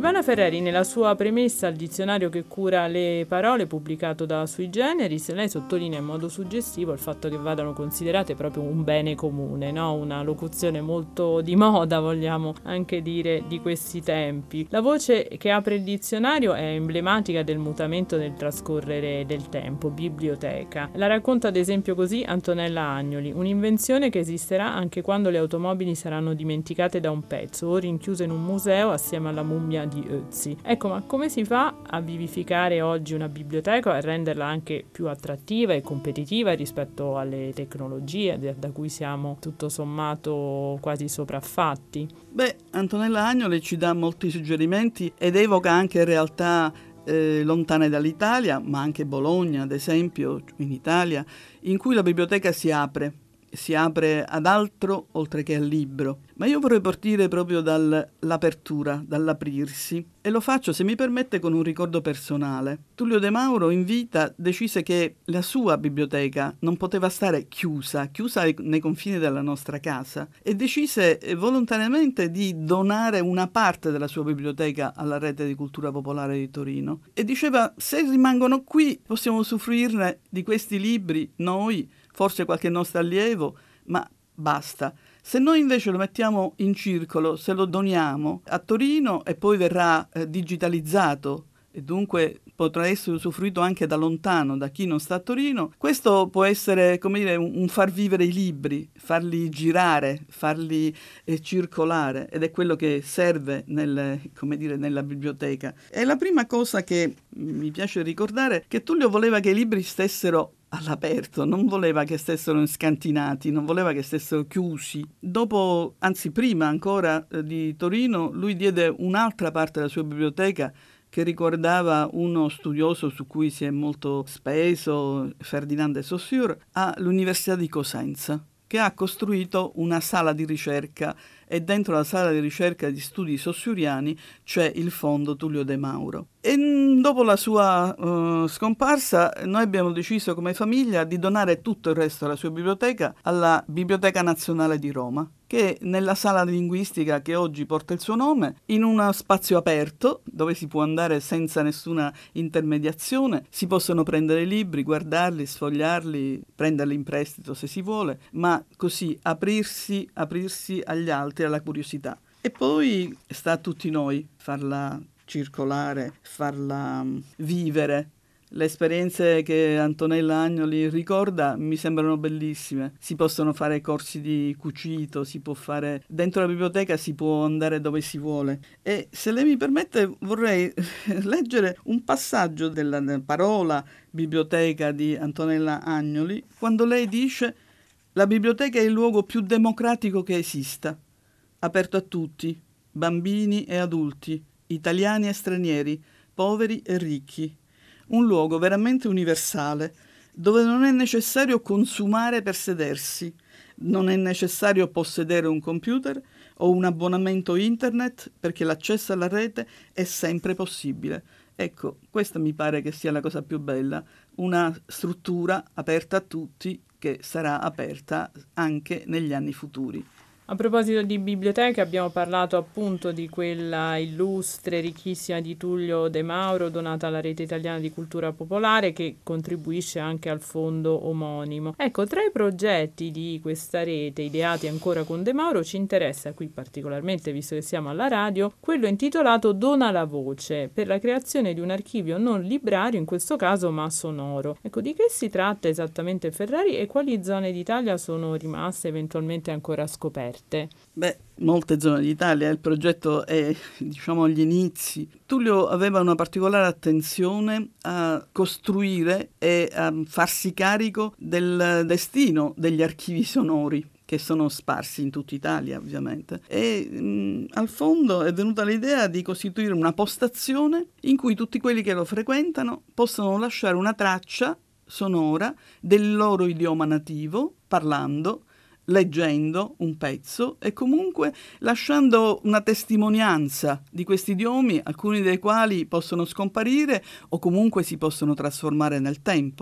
Silvana Ferreri, nella sua premessa al dizionario che cura le parole pubblicato da Sui Generis, lei sottolinea in modo suggestivo il fatto che vadano considerate proprio un bene comune, no? Una locuzione molto di moda, vogliamo anche dire, di questi tempi. La voce che apre il dizionario è emblematica del mutamento del trascorrere del tempo, biblioteca. La racconta ad esempio così Antonella Agnoli, un'invenzione che esisterà anche quando le automobili saranno dimenticate da un pezzo o rinchiuse in un museo assieme alla mummia di Ötzi. Ecco, ma come si fa a vivificare oggi una biblioteca e a renderla anche più attrattiva e competitiva rispetto alle tecnologie da cui siamo tutto sommato quasi sopraffatti? Beh, Antonella Agnoli ci dà molti suggerimenti ed evoca anche realtà eh, lontane dall'Italia, ma anche Bologna, ad esempio, in Italia, in cui la biblioteca si apre. si apre ad altro oltre che al libro. Ma io vorrei partire proprio dall'apertura, dall'aprirsi, e lo faccio, se mi permette, con un ricordo personale. Tullio De Mauro in vita decise che la sua biblioteca non poteva stare chiusa, chiusa nei confini della nostra casa, e decise volontariamente di donare una parte della sua biblioteca alla Rete di Cultura Popolare di Torino. E diceva, se rimangono qui possiamo usufruirne di questi libri noi, forse qualche nostro allievo, ma basta. Se noi invece lo mettiamo in circolo, se lo doniamo a Torino e poi verrà eh, digitalizzato e dunque potrà essere usufruito anche da lontano, da chi non sta a Torino, questo può essere, come dire, un, un far vivere i libri, farli girare, farli eh, circolare, ed è quello che serve nel, come dire, nella biblioteca. E la prima cosa che mi piace ricordare è che Tullio voleva che i libri stessero all'aperto, non voleva che stessero scantinati, non voleva che stessero chiusi. Dopo, anzi prima ancora eh, di Torino, lui diede un'altra parte della sua biblioteca che ricordava uno studioso su cui si è molto speso, Ferdinand de Saussure, all'Università di Cosenza, che ha costruito una sala di ricerca, e dentro la sala di ricerca di studi saussuriani c'è il fondo Tullio De Mauro. E dopo la sua uh, scomparsa noi abbiamo deciso come famiglia di donare tutto il resto della sua biblioteca alla Biblioteca Nazionale di Roma, che nella sala di linguistica che oggi porta il suo nome, in uno spazio aperto dove si può andare senza nessuna intermediazione, si possono prendere i libri, guardarli, sfogliarli, prenderli in prestito se si vuole, ma così aprirsi, aprirsi agli altri, alla curiosità. E poi sta a tutti noi farla circolare, farla vivere. Le esperienze che Antonella Agnoli ricorda mi sembrano bellissime. Si possono fare corsi di cucito, si può fare dentro la biblioteca, si può andare dove si vuole. E se lei mi permette vorrei leggere un passaggio della parola biblioteca di Antonella Agnoli, quando lei dice: la biblioteca è il luogo più democratico che esista, aperto a tutti, bambini e adulti, italiani e stranieri, poveri e ricchi. Un luogo veramente universale, dove non è necessario consumare per sedersi, non è necessario possedere un computer o un abbonamento internet, perché l'accesso alla rete è sempre possibile. Ecco, questa mi pare che sia la cosa più bella, una struttura aperta a tutti, che sarà aperta anche negli anni futuri. A proposito di biblioteche, abbiamo parlato appunto di quella illustre, ricchissima di Tullio De Mauro, donata alla Rete Italiana di Cultura Popolare, che contribuisce anche al fondo omonimo. Ecco, tra i progetti di questa rete, ideati ancora con De Mauro, ci interessa qui particolarmente, visto che siamo alla radio, quello intitolato Dona la voce, per la creazione di un archivio non librario, in questo caso ma sonoro. Ecco, di che si tratta esattamente Ferrari e quali zone d'Italia sono rimaste eventualmente ancora scoperte? Beh, molte zone d'Italia, il progetto è, diciamo, agli inizi. Tullio aveva una particolare attenzione a costruire e a farsi carico del destino degli archivi sonori, che sono sparsi in tutta Italia, ovviamente. E mh, al fondo è venuta l'idea di costituire una postazione in cui tutti quelli che lo frequentano possono lasciare una traccia sonora del loro idioma nativo, parlando, leggendo un pezzo e comunque lasciando una testimonianza di questi idiomi, alcuni dei quali possono scomparire o comunque si possono trasformare nel tempo.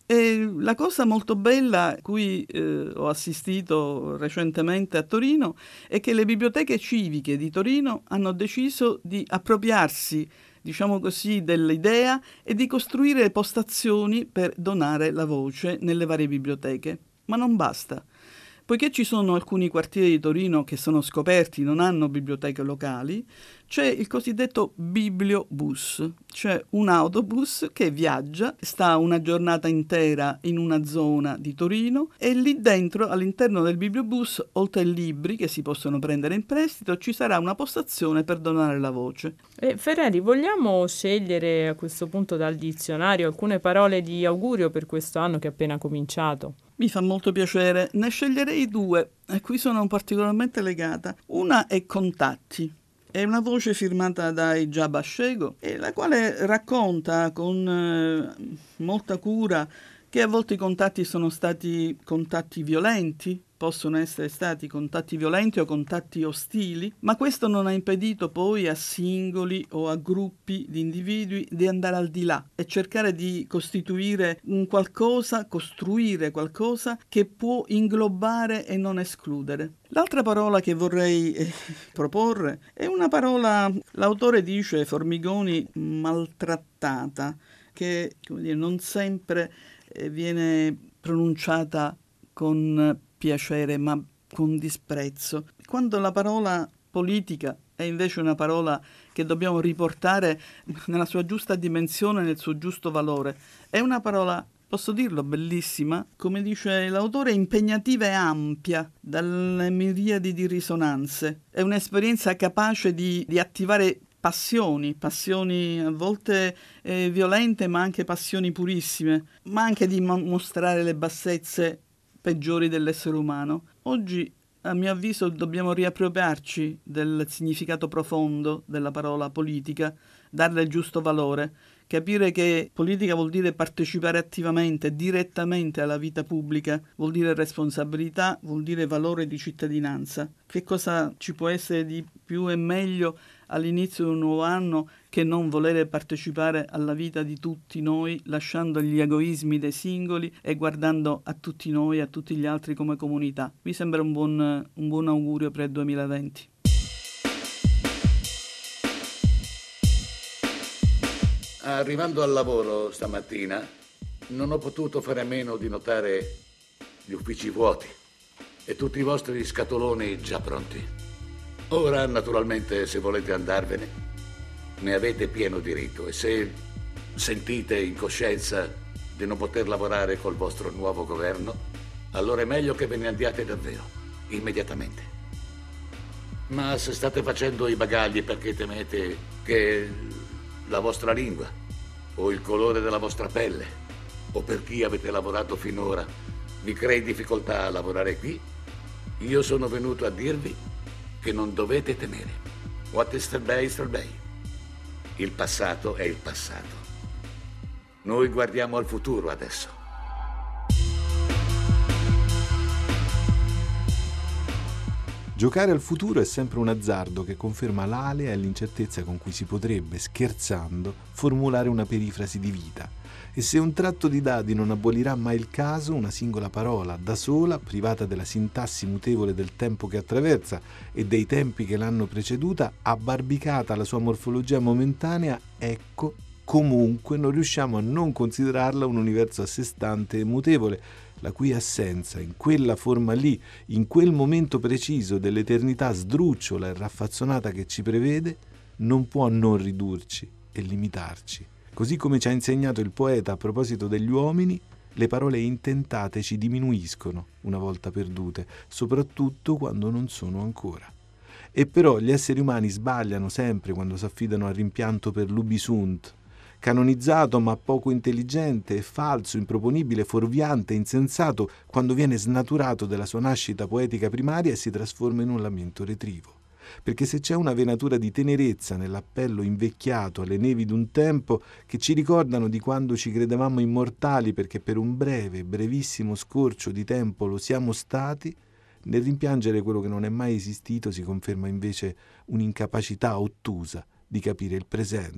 E la cosa molto bella a cui eh, ho assistito recentemente a Torino è che le biblioteche civiche di Torino hanno deciso di appropriarsi, diciamo così, dell'idea e di costruire postazioni per donare la voce nelle varie biblioteche. Ma non basta. Poiché ci sono alcuni quartieri di Torino che sono scoperti, non hanno biblioteche locali, c'è il cosiddetto bibliobus, cioè un autobus che viaggia, sta una giornata intera in una zona di Torino e lì dentro, all'interno del bibliobus, oltre ai libri che si possono prendere in prestito, ci sarà una postazione per donare la voce. E Ferreri, vogliamo scegliere a questo punto dal dizionario alcune parole di augurio per questo anno che è appena cominciato? Mi fa molto piacere, ne sceglierei due, a cui sono particolarmente legata. Una è Contatti. È una voce firmata da Ijaba Shego, e la quale racconta con eh, molta cura che a volte i contatti sono stati contatti violenti, possono essere stati contatti violenti o contatti ostili, ma questo non ha impedito poi a singoli o a gruppi di individui di andare al di là e cercare di costituire un qualcosa, costruire qualcosa che può inglobare e non escludere. L'altra parola che vorrei eh, proporre è una parola, l'autore dice Formigoni, maltrattata, che come dire, non sempre eh, viene pronunciata con piacere ma con disprezzo. Quando la parola politica è invece una parola che dobbiamo riportare nella sua giusta dimensione, nel suo giusto valore, è una parola, posso dirlo, bellissima, come dice l'autore, impegnativa e ampia, dalle miriadi di risonanze. È un'esperienza capace di, di attivare passioni, passioni a volte eh, violente, ma anche passioni purissime, ma anche di mo- mostrare le bassezze peggiori dell'essere umano. Oggi, a mio avviso, dobbiamo riappropriarci del significato profondo della parola politica, darle il giusto valore, capire che politica vuol dire partecipare attivamente, direttamente alla vita pubblica, vuol dire responsabilità, vuol dire valore di cittadinanza. Che cosa ci può essere di più e meglio all'inizio di un nuovo anno che non volere partecipare alla vita di tutti noi, lasciando gli egoismi dei singoli e guardando a tutti noi e a tutti gli altri come comunità. Mi sembra un buon, un buon augurio per il duemilaventi. Arrivando al lavoro stamattina non ho potuto fare a meno di notare gli uffici vuoti e tutti i vostri scatoloni già pronti. Ora, naturalmente, se volete andarvene, ne avete pieno diritto, e se sentite in coscienza di non poter lavorare col vostro nuovo governo, allora è meglio che ve ne andiate davvero, immediatamente. Ma se state facendo i bagagli perché temete che la vostra lingua o il colore della vostra pelle, o per chi avete lavorato finora, vi crei difficoltà a lavorare qui, io sono venuto a dirvi che non dovete temere. What is yesterday is yesterday. Il passato è il passato. Noi guardiamo al futuro adesso. Giocare al futuro è sempre un azzardo che conferma l'alea e l'incertezza con cui si potrebbe, scherzando, formulare una perifrasi di vita. E se un tratto di dadi non abolirà mai il caso, una singola parola, da sola, privata della sintassi mutevole del tempo che attraversa e dei tempi che l'hanno preceduta, abbarbicata alla sua morfologia momentanea, ecco, comunque non riusciamo a non considerarla un universo a sé stante e mutevole, la cui assenza, in quella forma lì, in quel momento preciso dell'eternità sdrucciola e raffazzonata che ci prevede, non può non ridurci e limitarci. Così come ci ha insegnato il poeta a proposito degli uomini, le parole intentate ci diminuiscono una volta perdute, soprattutto quando non sono ancora. E però gli esseri umani sbagliano sempre quando si affidano al rimpianto per l'ubisunt, canonizzato ma poco intelligente, falso, improponibile, fuorviante, insensato, quando viene snaturato della sua nascita poetica primaria e si trasforma in un lamento retrivo. Perché se c'è una venatura di tenerezza nell'appello invecchiato alle nevi d'un tempo che ci ricordano di quando ci credevamo immortali perché per un breve, brevissimo scorcio di tempo lo siamo stati, nel rimpiangere quello che non è mai esistito si conferma invece un'incapacità ottusa di capire il presente.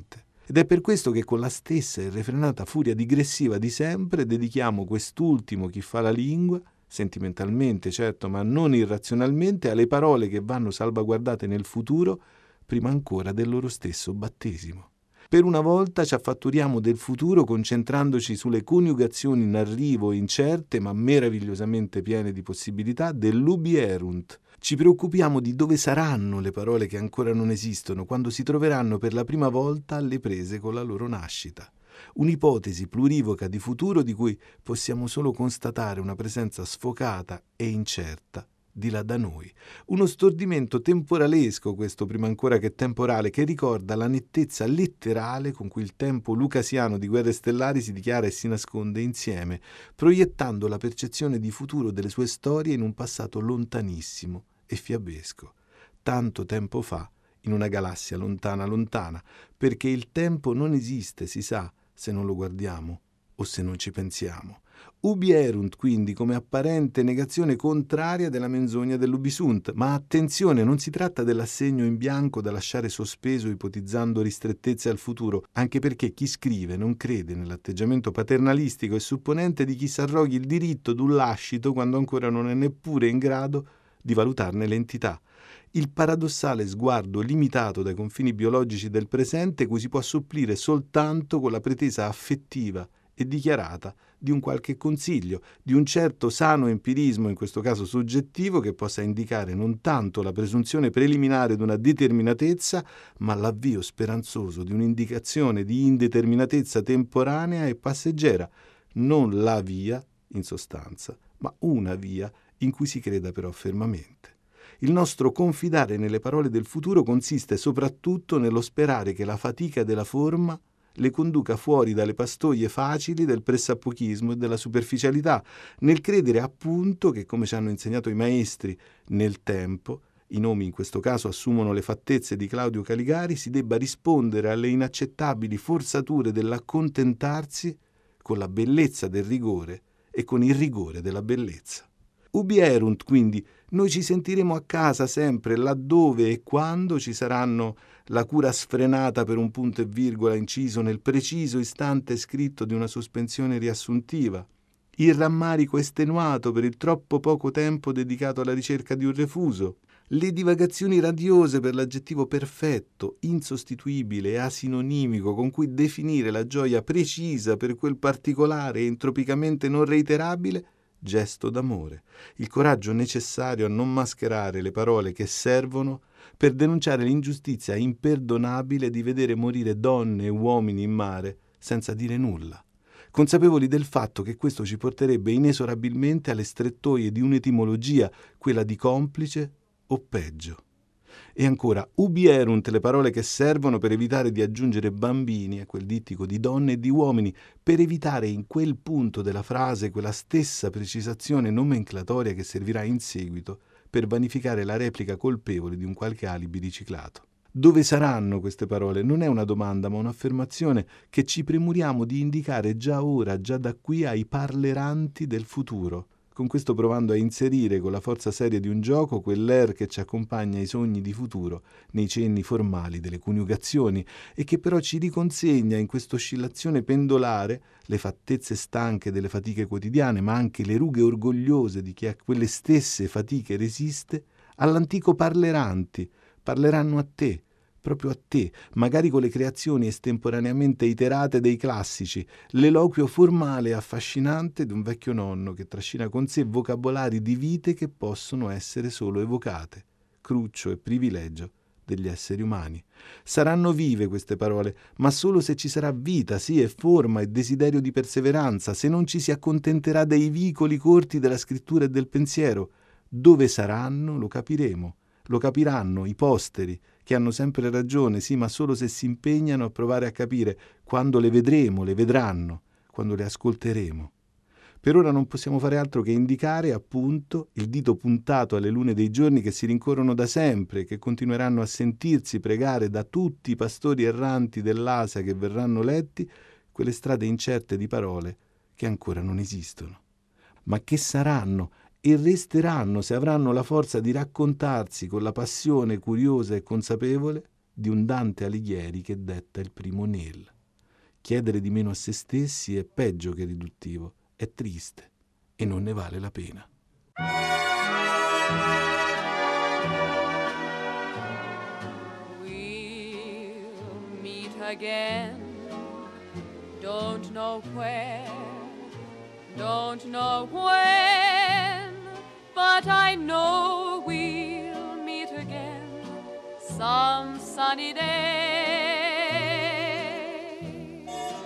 Ed è per questo che con la stessa irrefrenata furia digressiva di sempre dedichiamo quest'ultimo Chi fa la lingua, sentimentalmente certo ma non irrazionalmente, alle parole che vanno salvaguardate nel futuro prima ancora del loro stesso battesimo. Per una volta ci affatturiamo del futuro concentrandoci sulle coniugazioni in arrivo incerte ma meravigliosamente piene di possibilità dell'ubi erunt. Ci preoccupiamo di dove saranno le parole che ancora non esistono quando si troveranno per la prima volta alle prese con la loro nascita. Un'ipotesi plurivoca di futuro di cui possiamo solo constatare una presenza sfocata e incerta di là da noi. Uno stordimento temporalesco questo prima ancora che temporale, che ricorda la nettezza letterale con cui il tempo lucasiano di Guerre Stellari si dichiara e si nasconde insieme, proiettando la percezione di futuro delle sue storie in un passato lontanissimo e fiabesco, tanto tempo fa, in una galassia lontana lontana, perché il tempo non esiste, si sa, se non lo guardiamo o se non ci pensiamo. Ubi erunt, quindi, come apparente negazione contraria della menzogna dell'ubi sunt, ma attenzione, non si tratta dell'assegno in bianco da lasciare sospeso ipotizzando ristrettezze al futuro, anche perché chi scrive non crede nell'atteggiamento paternalistico e supponente di chi s'arroghi il diritto d'un lascito quando ancora non è neppure in grado di valutarne l'entità. Il paradossale sguardo limitato dai confini biologici del presente cui si può supplire soltanto con la pretesa affettiva e dichiarata di un qualche consiglio, di un certo sano empirismo, in questo caso soggettivo, che possa indicare non tanto la presunzione preliminare di una determinatezza, ma l'avvio speranzoso di un'indicazione di indeterminatezza temporanea e passeggera, non la via, in sostanza, ma una via in cui si creda però fermamente. Il nostro confidare nelle parole del futuro consiste soprattutto nello sperare che la fatica della forma le conduca fuori dalle pastoie facili del pressappochismo e della superficialità, nel credere appunto che, come ci hanno insegnato i maestri nel tempo, i nomi in questo caso assumono le fattezze di Claudio Caligari, si debba rispondere alle inaccettabili forzature dell'accontentarsi con la bellezza del rigore e con il rigore della bellezza. Ubi erunt, quindi, noi ci sentiremo a casa sempre laddove e quando ci saranno la cura sfrenata per un punto e virgola inciso nel preciso istante scritto di una sospensione riassuntiva, il rammarico estenuato per il troppo poco tempo dedicato alla ricerca di un refuso, le divagazioni radiose per l'aggettivo perfetto, insostituibile e asinonimico con cui definire la gioia precisa per quel particolare e entropicamente non reiterabile gesto d'amore, il coraggio necessario a non mascherare le parole che servono per denunciare l'ingiustizia imperdonabile di vedere morire donne e uomini in mare senza dire nulla, consapevoli del fatto che questo ci porterebbe inesorabilmente alle strettoie di un'etimologia, quella di complice o peggio. E ancora, ubi erunt, le parole che servono per evitare di aggiungere bambini a quel dittico di donne e di uomini, per evitare in quel punto della frase quella stessa precisazione nomenclatoria che servirà in seguito per vanificare la replica colpevole di un qualche alibi riciclato. Dove saranno queste parole? Non è una domanda, ma un'affermazione che ci premuriamo di indicare già ora, già da qui, ai parleranti del futuro, con questo provando a inserire con la forza seria di un gioco quell'air che ci accompagna ai sogni di futuro nei cenni formali delle coniugazioni e che però ci riconsegna in questa oscillazione pendolare le fattezze stanche delle fatiche quotidiane, ma anche le rughe orgogliose di chi a quelle stesse fatiche resiste, all'antico parleranti. Parleranno a te, proprio a te, magari con le creazioni estemporaneamente iterate dei classici, l'eloquio formale e affascinante di un vecchio nonno che trascina con sé vocabolari di vite che possono essere solo evocate, cruccio e privilegio degli esseri umani. Saranno vive queste parole, ma solo se ci sarà vita, sì, e forma e desiderio di perseveranza, se non ci si accontenterà dei vicoli corti della scrittura e del pensiero. Dove saranno lo capiremo. Lo capiranno i posteri, che hanno sempre ragione, sì, ma solo se si impegnano a provare a capire. Quando le vedremo, le vedranno, quando le ascolteremo. Per ora non possiamo fare altro che indicare, appunto, il dito puntato alle lune dei giorni che si rincorrono da sempre, che continueranno a sentirsi pregare da tutti i pastori erranti dell'Asia che verranno letti, quelle strade incerte di parole che ancora non esistono. Ma che saranno e resteranno se avranno la forza di raccontarsi con la passione curiosa e consapevole di un Dante Alighieri che detta il primo nel. Chiedere di meno a se stessi è peggio che riduttivo, è triste e non ne vale la pena. We'll meet again, don't know where, don't know when, but I know we'll meet again some sunny day.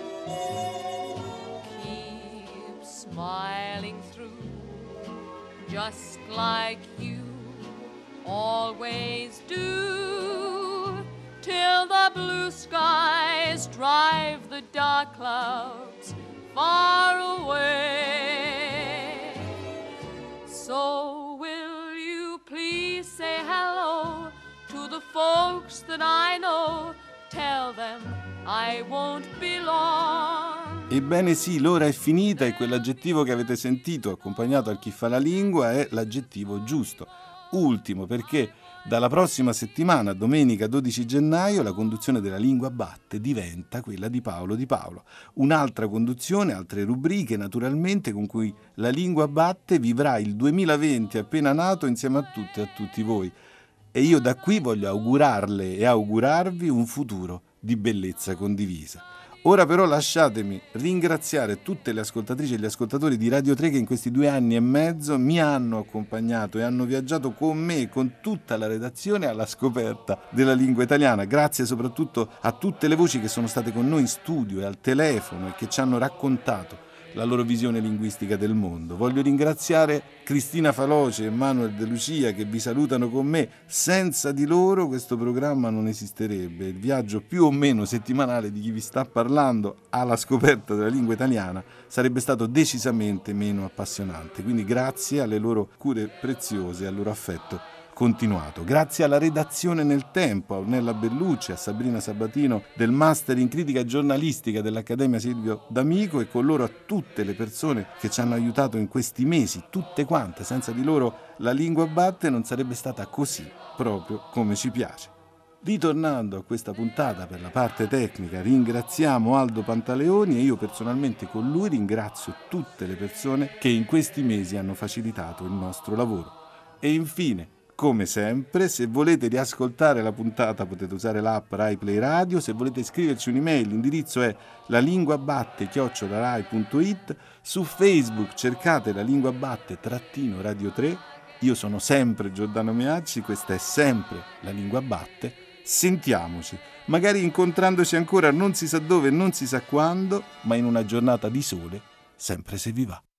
Keep smiling through, just like you always do, till the blue skies drive the dark clouds far away. So will you please say hello to the folks that I know, tell them I won't be long. Ebbene sì, l'ora è finita e quell'aggettivo che avete sentito accompagnato al Chi fa la lingua è l'aggettivo giusto. Ultimo, perché dalla prossima settimana, domenica dodici gennaio, la conduzione della Lingua Batte diventa quella di Paolo Di Paolo. Un'altra conduzione, altre rubriche naturalmente, con cui la Lingua Batte vivrà il duemilaventi appena nato insieme a tutte e a tutti voi. E io da qui voglio augurarle e augurarvi un futuro di bellezza condivisa. Ora però lasciatemi ringraziare tutte le ascoltatrici e gli ascoltatori di Radio tre che in questi due anni e mezzo mi hanno accompagnato e hanno viaggiato con me e con tutta la redazione alla scoperta della lingua italiana. Grazie soprattutto a tutte le voci che sono state con noi in studio e al telefono e che ci hanno raccontato la loro visione linguistica del mondo. Voglio ringraziare Cristina Faloce e Manuel De Lucia che vi salutano con me. Senza di loro questo programma non esisterebbe. Il viaggio più o meno settimanale di chi vi sta parlando alla scoperta della lingua italiana sarebbe stato decisamente meno appassionante. Quindi grazie alle loro cure preziose e al loro affetto continuato. Grazie alla redazione nel tempo, a Ornella Bellucci, a Sabrina Sabatino del Master in Critica Giornalistica dell'Accademia Silvio D'Amico e con loro a tutte le persone che ci hanno aiutato in questi mesi, tutte quante. Senza di loro la Lingua Batte non sarebbe stata così, proprio come ci piace. Ritornando a questa puntata per la parte tecnica, ringraziamo Aldo Pantaleoni e io personalmente con lui ringrazio tutte le persone che in questi mesi hanno facilitato il nostro lavoro. E infine, come sempre, se volete riascoltare la puntata potete usare l'app Rai Play Radio, se volete scriverci un'email l'indirizzo è lalinguabatte chiocciola rai punto it, su Facebook cercate La Lingua Batte trattino Radio tre, io sono sempre Giordano Meacci, questa è sempre La Lingua Batte, sentiamoci, magari incontrandoci ancora non si sa dove, non si sa quando, ma in una giornata di sole, sempre se vi va.